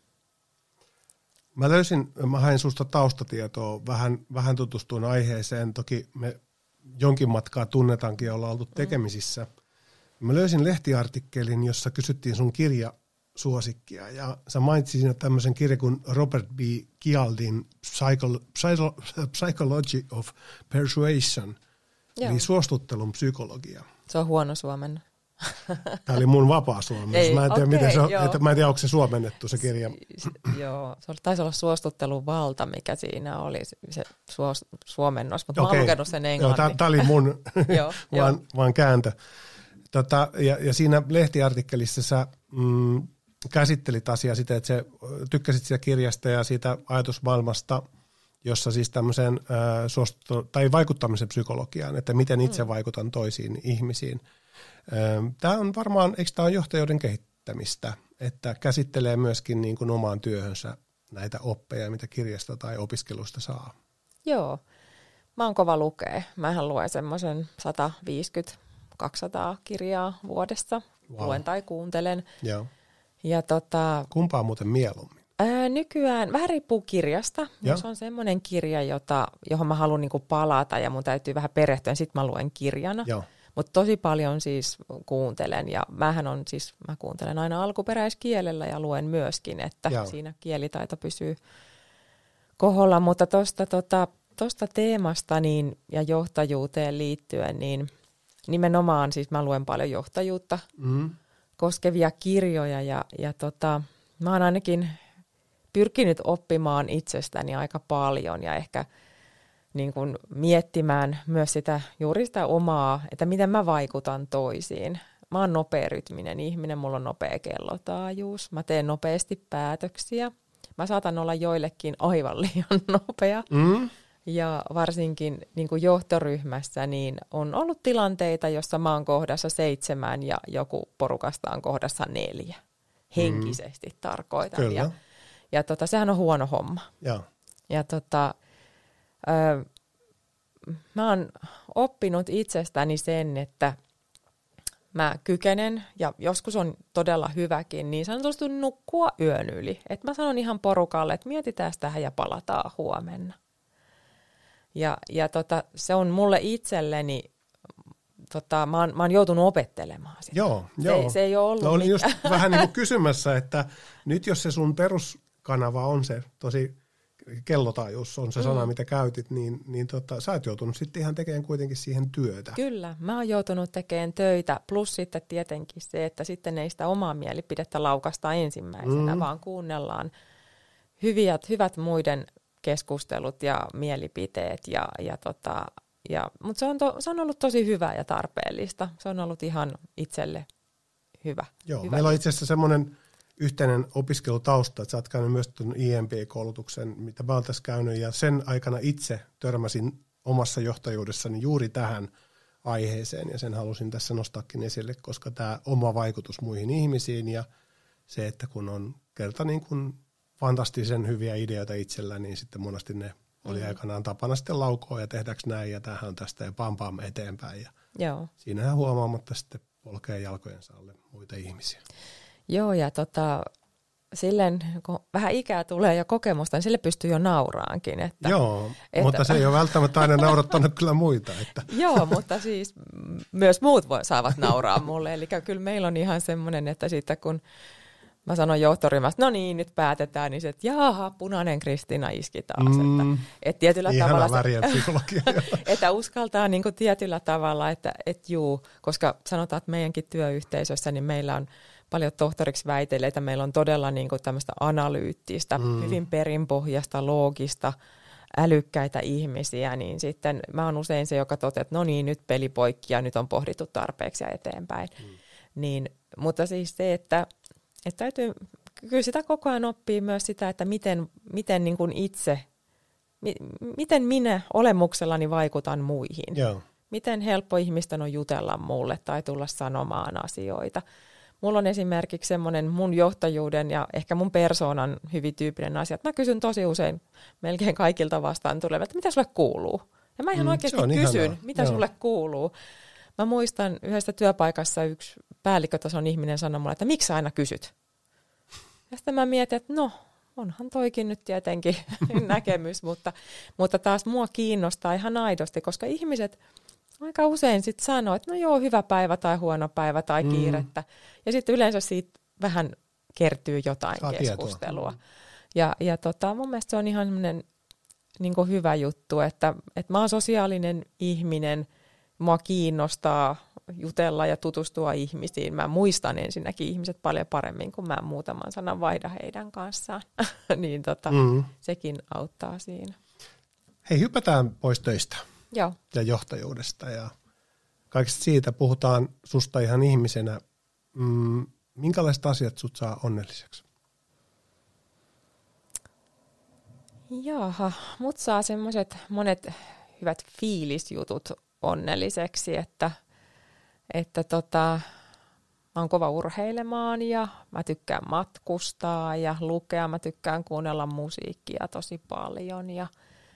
Mä hain susta taustatietoa, vähän tutustuin aiheeseen. Toki me jonkin matkaa tunnetaankin ja ollaan oltu tekemisissä. Mä löysin lehtiartikkelin, jossa kysyttiin sun kirjasuosikkia. Ja sä mainitsit siinä tämmöisen kirjan kuin Robert B. Cialdin Psychology of Persuasion, eli suostuttelun psykologia. Se on huono suomennos. Tämä oli mun vapaa suomennos. Mä en tiedä, miten se on, mä en tiedä, onko se suomennettu se kirja. Joo, se taisi olla suostuttelun valta, mikä siinä oli se suomennos, mutta mä oon lukenut sen englannin. Tämä oli mun vaan kääntö. Ja siinä lehtiartikkelissa sä käsittelit asiaa sitä, että sä tykkäsit siitä kirjasta ja siitä ajatusmaailmasta, jossa siis tämmöiseen tai vaikuttamisen psykologiaan, että miten itse vaikutan toisiin ihmisiin. Tämä on varmaan, eikö tämä ole johtajuuden kehittämistä, että käsittelee myöskin niin kuin omaan työhönsä näitä oppeja, mitä kirjasta tai opiskelusta saa? Joo, mä oon kova lukea. Mähän luen semmoisen 150-200 kirjaa vuodessa. Wow. Luen tai kuuntelen. Joo. Ja kumpaa muuten mieluummin? Nykyään vähän riippuu kirjasta. Jos on semmoinen kirja, johon mä haluan niinku palata ja mun täytyy vähän perehtyä, niin sitten mä luen kirjana. Joo. Mutta tosi paljon siis kuuntelen ja mä kuuntelen aina alkuperäiskielellä ja luen myöskin, että siinä kielitaito pysyy koholla. Mutta tuosta teemasta niin, ja johtajuuteen liittyen, niin nimenomaan siis mä luen paljon johtajuutta koskevia kirjoja ja mä oon ainakin pyrkinyt oppimaan itsestäni aika paljon ja ehkä niin kuin miettimään myös juuri sitä omaa, että miten mä vaikutan toisiin. Mä oon nopearytminen ihminen, mulla on nopea kellotaajuus, mä teen nopeasti päätöksiä. Mä saatan olla joillekin aivan liian nopea. Ja varsinkin niin kuin johtoryhmässä niin on ollut tilanteita, jossa mä oon kohdassa 7 ja joku porukasta on kohdassa 4. Henkisesti tarkoitan. Kyllä. Ja sehän on huono homma. Ja mä oon oppinut itsestäni sen, että mä kykenen, ja joskus on todella hyväkin, niin sanotusti nukkua yön yli. Että mä sanon ihan porukalle, että mietitään tähän ja palataan huomenna. Ja se on mulle itselleni, mä oon joutunut opettelemaan sitä. Joo. Se ei ole ollut no, olin just vähän niin kuin kysymässä, että nyt jos se sun peruskanava on se tosi kellotaajuus, on se sana, mitä käytit, niin sä oot joutunut sitten ihan tekemään kuitenkin siihen työtä. Kyllä, mä oon joutunut tekemään töitä, plus sitten tietenkin se, että sitten ei sitä omaa mielipidettä laukasta ensimmäisenä, vaan kuunnellaan hyvät muiden keskustelut ja mielipiteet, mutta se on ollut tosi hyvää ja tarpeellista. Se on ollut ihan itselle hyvä. Joo, hyvä. Meillä on itse asiassa semmoinen yhteinen opiskelutausta, että sä oot käynyt myös tuon IMP-koulutuksen, mitä mä oon tässä käynyt, ja sen aikana itse törmäsin omassa johtajuudessani juuri tähän aiheeseen, ja sen halusin tässä nostaakin esille, koska tämä oma vaikutus muihin ihmisiin, ja se, että kun on kerta niin kuin fantastisen hyviä ideoita itsellä, niin sitten monesti ne oli aikanaan tapana sitten laukoa, ja tehdäänkö näin, ja tämähän on tästä, ja pam eteenpäin, ja Joo. Siinähän huomaamatta sitten polkee jalkojensa alle muita ihmisiä. Joo, ja silleen, kun vähän ikää tulee ja kokemusta, niin sille pystyy jo nauraankin. Mutta se ei ole välttämättä aina naurattanut kyllä muita. Että. Joo, mutta siis myös muut saavat nauraa mulle. Eli kyllä meillä on ihan semmoinen, että sitten kun mä sanon johtoryhmästä, no niin, nyt päätetään, niin se, että jaha, punainen Kristiina iski taas. Että tietyllä tavalla värien psykologia. että uskaltaa niin kuin tietyllä tavalla, että koska sanotaan, että meidänkin työyhteisössä, niin meillä on paljon tohtoriksi väitelleitä, meillä on todella niin kuin tämmöistä analyyttistä, hyvin perinpohjasta, loogista, älykkäitä ihmisiä, niin sitten mä oon usein se, joka toteaa, että no niin, nyt peli poikki ja nyt on pohdittu tarpeeksi ja eteenpäin. Mutta siis se, että täytyy, kyllä sitä koko ajan oppii myös sitä, että miten niin kuin itse, miten minä olemuksellani vaikutan muihin. Joo. Miten helppo ihmisten on jutella mulle tai tulla sanomaan asioita. Mulla on esimerkiksi semmoinen mun johtajuuden ja ehkä mun persoonan hyvin tyyppinen asia, että mä kysyn tosi usein melkein kaikilta vastaan tulevat, että mitä sulle kuuluu? Ja mä ihan oikeasti kysyn, mitä sulle kuuluu. Mä muistan yhdessä työpaikassa yksi päällikkötason ihminen sanoi mulle, että miksi sä aina kysyt? Ja sitten mä mietin, että no, onhan toikin nyt tietenkin näkemys, mutta taas mua kiinnostaa ihan aidosti, koska ihmiset aika usein sitten sanoo, että no joo, hyvä päivä tai huono päivä tai kiirettä. Ja sitten yleensä siitä vähän kertyy jotain keskustelua. Ja mun mielestä se on ihan semmoinen niin kuin hyvä juttu, että mä oon sosiaalinen ihminen, mua kiinnostaa jutella ja tutustua ihmisiin. Mä muistan ensinnäkin ihmiset paljon paremmin, kun mä muutaman sanan vaihdan heidän kanssaan. niin sekin auttaa siinä. Hei, hypätään pois töistä. Joo. Ja johtajuudesta ja kaikesta siitä puhutaan susta ihan ihmisenä. Minkälaiset asiat sut saa onnelliseksi? Jaha, mut saa semmoiset monet hyvät fiilisjutut onnelliseksi, että mä oon kova urheilemaan ja mä tykkään matkustaa ja lukea, mä tykkään kuunnella musiikkia tosi paljon ja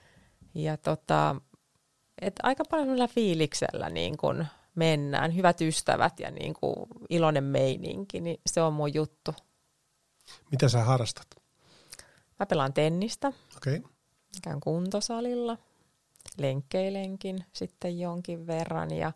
että aika paljon fiiliksellä niin kun mennään, hyvät ystävät ja niin kun iloinen meininki, niin se on mun juttu. Mitä sä harrastat? Mä pelaan tennistä, Okay. käyn kuntosalilla, lenkkeilenkin sitten jonkin verran ja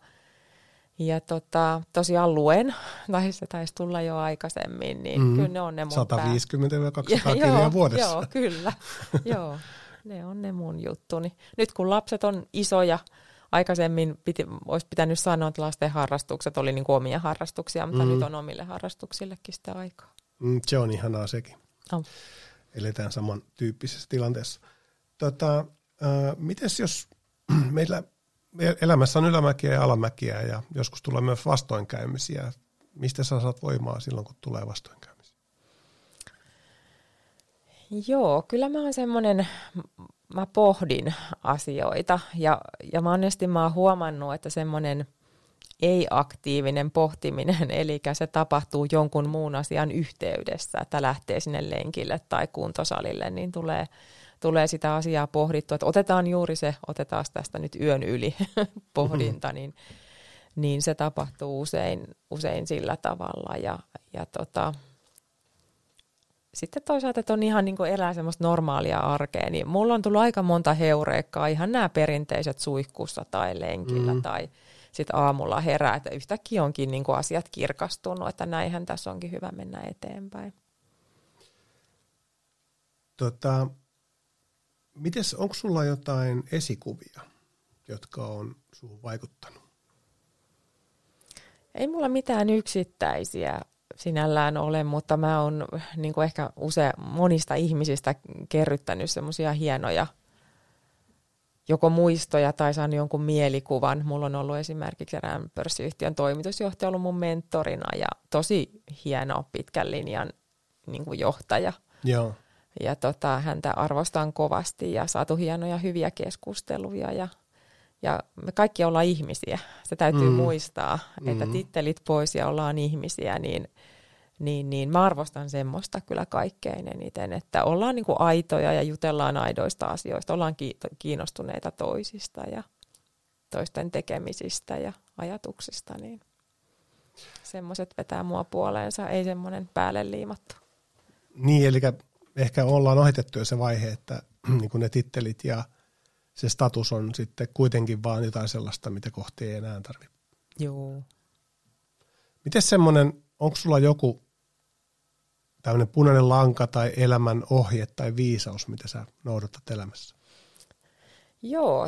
tosiaan luen, tai se taisi tulla jo aikaisemmin, niin kyllä ne on ne mun 150-200 kiloa vuodessa. Joo, kyllä. Joo, ne on ne mun juttuni. Nyt kun lapset on isoja, aikaisemmin olisi pitänyt sanoa, että lasten harrastukset oli niin kuin omia harrastuksia, mutta nyt on omille harrastuksillekin sitä aikaa. Se on ihanaa sekin. Oh. Eletään samantyyppisessä tilanteessa. Mites jos meillä elämässä on ylämäkiä ja alamäkiä ja joskus tulee myös vastoinkäymisiä. Mistä sä saat voimaa silloin, kun tulee vastoinkäymisiä? Joo, kyllä mä oon semmoinen mä pohdin asioita ja monesti mä oon huomannut, että semmoinen ei-aktiivinen pohtiminen, eli se tapahtuu jonkun muun asian yhteydessä, että lähtee sinne lenkille tai kuntosalille, niin tulee sitä asiaa pohdittua, että otetaan juuri se, otetaan tästä nyt yön yli pohdinta, niin se tapahtuu usein sillä tavalla. Ja sitten toisaalta, että on ihan niin kuin elää semmoista normaalia arkea, niin mulla on tullut aika monta heureikkaa, ihan nämä perinteiset suihkussa tai lenkillä tai sitten aamulla herää, että yhtäkkiä onkin niin kuin asiat kirkastunut, että näinhän tässä onkin hyvä mennä eteenpäin. Onko sulla jotain esikuvia, jotka on suhun vaikuttanut? Ei mulla mitään yksittäisiä sinällään ole, mutta mä oon niin kuin ehkä monista ihmisistä kerryttänyt semmoisia hienoja joko muistoja tai saanut jonkun mielikuvan. Mulla on ollut esimerkiksi erään pörssiyhtiön toimitusjohtaja ollut mun mentorina ja tosi hieno pitkän linjan niin kuin johtaja. Joo. Ja häntä arvostan kovasti ja saatu hienoja hyviä keskusteluja ja me kaikki ollaan ihmisiä. Se täytyy muistaa, että tittelit pois ja ollaan ihmisiä, niin mä arvostan semmoista kyllä kaikkein eniten, että ollaan niin kuin aitoja ja jutellaan aidoista asioista, ollaan kiinnostuneita toisista ja toisten tekemisistä ja ajatuksista, niin semmoiset vetää mua puoleensa, ei semmoinen päälle liimattu. Niin, eli ehkä ollaan ohitettu jo se vaihe, että niin kuin ne tittelit ja se status on sitten kuitenkin vaan jotain sellaista, mitä kohti ei enää tarvitse. Joo. Miten semmoinen, onko sulla joku tämmöinen punainen lanka tai elämän ohje tai viisaus, mitä sä noudatat elämässä? Joo,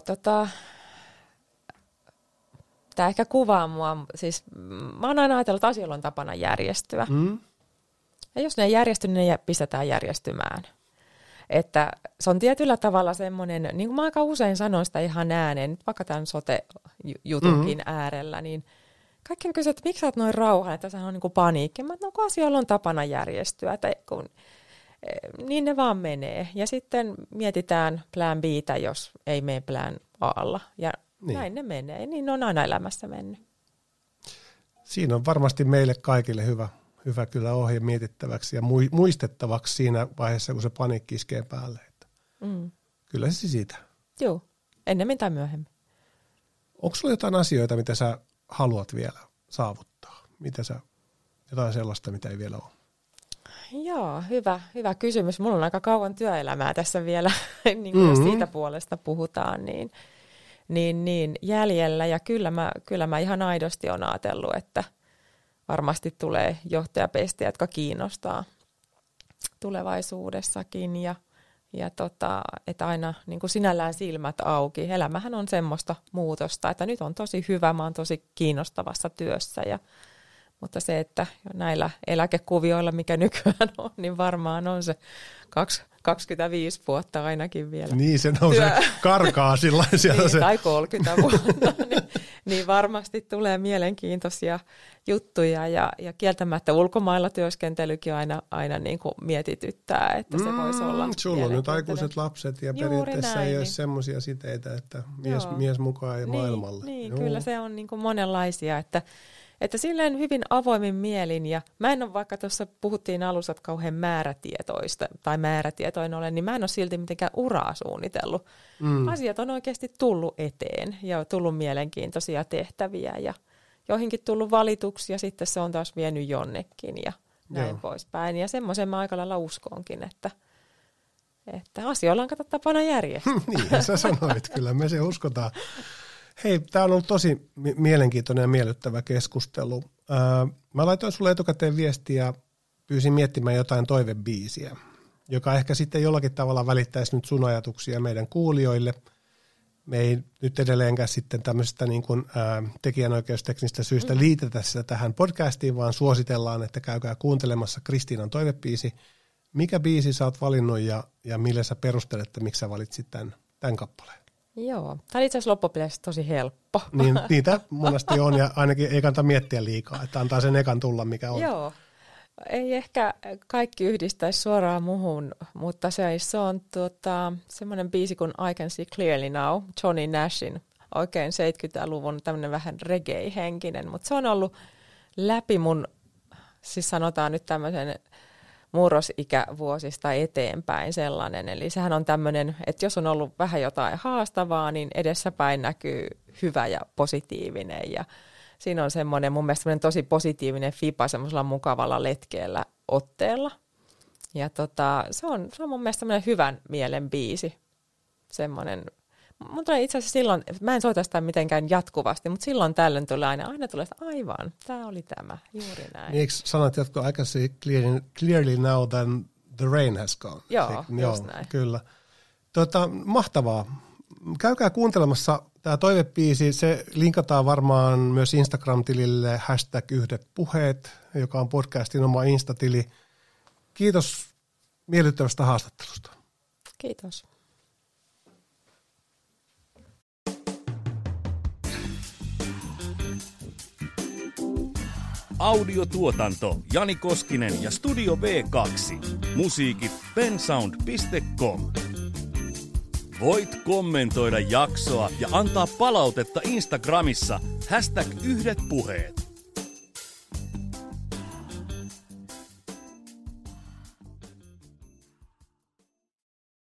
tämä ehkä kuvaa mua, siis mä oon aina ajatellut, että asioilla on tapana järjestyä. Ja jos ne ei järjesty, niin ne pistetään järjestymään. Että se on tietyllä tavalla semmoinen, niin kuin mä aika usein sanon sitä ihan ääneen, vaikka tämän sote-jutunkin äärellä, niin kaikki kysyy, että miksi sä oot noin rauhan, että sehän on niin kuin paniikki. Mä kun asioilla on tapana järjestyä, että niin ne vaan menee. Ja sitten mietitään plan B:tä, jos ei mene plan A:lla. Ja näin ne menee, niin ne on aina elämässä mennyt. Siinä on varmasti meille kaikille hyvä kyllä ohje mietittäväksi ja muistettavaksi siinä vaiheessa, kun se paniikki iskee päälle. Kyllä se siitä. Joo, ennemmin tai myöhemmin. Onko sulla jotain asioita, mitä sä haluat vielä saavuttaa? Jotain sellaista, mitä ei vielä ole? Joo, hyvä kysymys. Mulla on aika kauan työelämää tässä vielä, niin kuin jos siitä puolesta puhutaan, niin jäljellä. Ja kyllä mä ihan aidosti olen ajatellut, että varmasti tulee johtajapestiä, jotka kiinnostaa tulevaisuudessakin ja että aina niin kuin sinällään silmät auki. Elämähän on semmoista muutosta, että nyt on tosi hyvä, mä oon tosi kiinnostavassa työssä, mutta se, että näillä eläkekuvioilla, mikä nykyään on, niin varmaan on se 25 vuotta ainakin vielä. Niin, se nousee, karkaa sillaisia. Niin, tai 30 vuotta, niin varmasti tulee mielenkiintoisia juttuja ja kieltämättä ulkomailla työskentelykin aina niin kuin mietityttää, että se voisi olla. Sulla on nyt aikuiset lapset ja periaatteessa ei ole semmoisia siteitä, että mies mukaan ja maailmalle. Niin, kyllä se on niin kuin monenlaisia, että silleen hyvin avoimin mielin, ja mä en ole, vaikka tuossa puhuttiin alussa, että kauhean määrätietoinen olen, niin mä en ole silti mitenkään uraa suunnitellut. Asiat on oikeasti tullut eteen ja tullut mielenkiintoisia tehtäviä ja joihinkin tullut valituksia, sitten se on taas vienyt jonnekin ja näin poispäin. Ja semmoisen mä aika lailla uskonkin, että asioilla on tapana järjestää. Niin, sä sanoit, kyllä me se uskotaan. Hei, tämä on ollut tosi mielenkiintoinen ja miellyttävä keskustelu. Mä laitoin sulle etukäteen viestiä ja pyysin miettimään jotain toivebiisiä, joka ehkä sitten jollakin tavalla välittäisi nyt sun ajatuksia meidän kuulijoille. Me ei nyt edelleenkään sitten tämmöistä niin kuin, tekijänoikeusteknistä syystä liitetä sitä tähän podcastiin, vaan suositellaan, että käykää kuuntelemassa Kristiinan toivebiisi. Mikä biisi sä oot valinnut ja millä sä perustelet, että miksi sä valitsit tämän kappaleen? Joo, tämä oli itse asiassa loppupeleissä tosi helppo. Niin, niitä monesti on ja ainakin ei kannata miettiä liikaa, että antaa sen ekan tulla mikä on. Joo, ei ehkä kaikki yhdistäisi suoraan muhun, mutta se on semmoinen biisi kuin I Can See Clearly Now, Johnny Nashin, oikein 70-luvun tämmöinen vähän reggae-henkinen, mutta se on ollut läpi mun, siis sanotaan nyt tämmöisen murrosikävuosista eteenpäin sellainen. Eli sehän on tämmöinen, että jos on ollut vähän jotain haastavaa, niin edessäpäin näkyy hyvä ja positiivinen. Ja siinä on semmoinen mun mielestä semmoinen tosi positiivinen fiba semmoisella mukavalla letkeellä otteella. Ja se on mun mielestä semmoinen hyvän mielen biisi. Semmoinen. Mun tulee itse asiassa silloin, mä en soita sitä mitenkään jatkuvasti, mutta silloin tällöin tulee aina tulee sitä, aivan, tämä oli tämä, juuri näin. Niin eikö sanot jatkoa, I can see clearly now than the rain has gone? Joo, just näin. Kyllä. Mahtavaa. Käykää kuuntelemassa tämä toivebiisi, se linkataan varmaan myös Instagram-tilille #yhdetpuheet, joka on podcastin oma Insta-tili. Kiitos miellyttävästä haastattelusta. Kiitos. Audiotuotanto Jani Koskinen ja Studio V2. Musiikit bensound.com. Voit kommentoida jaksoa ja antaa palautetta Instagramissa #yhdetpuheet.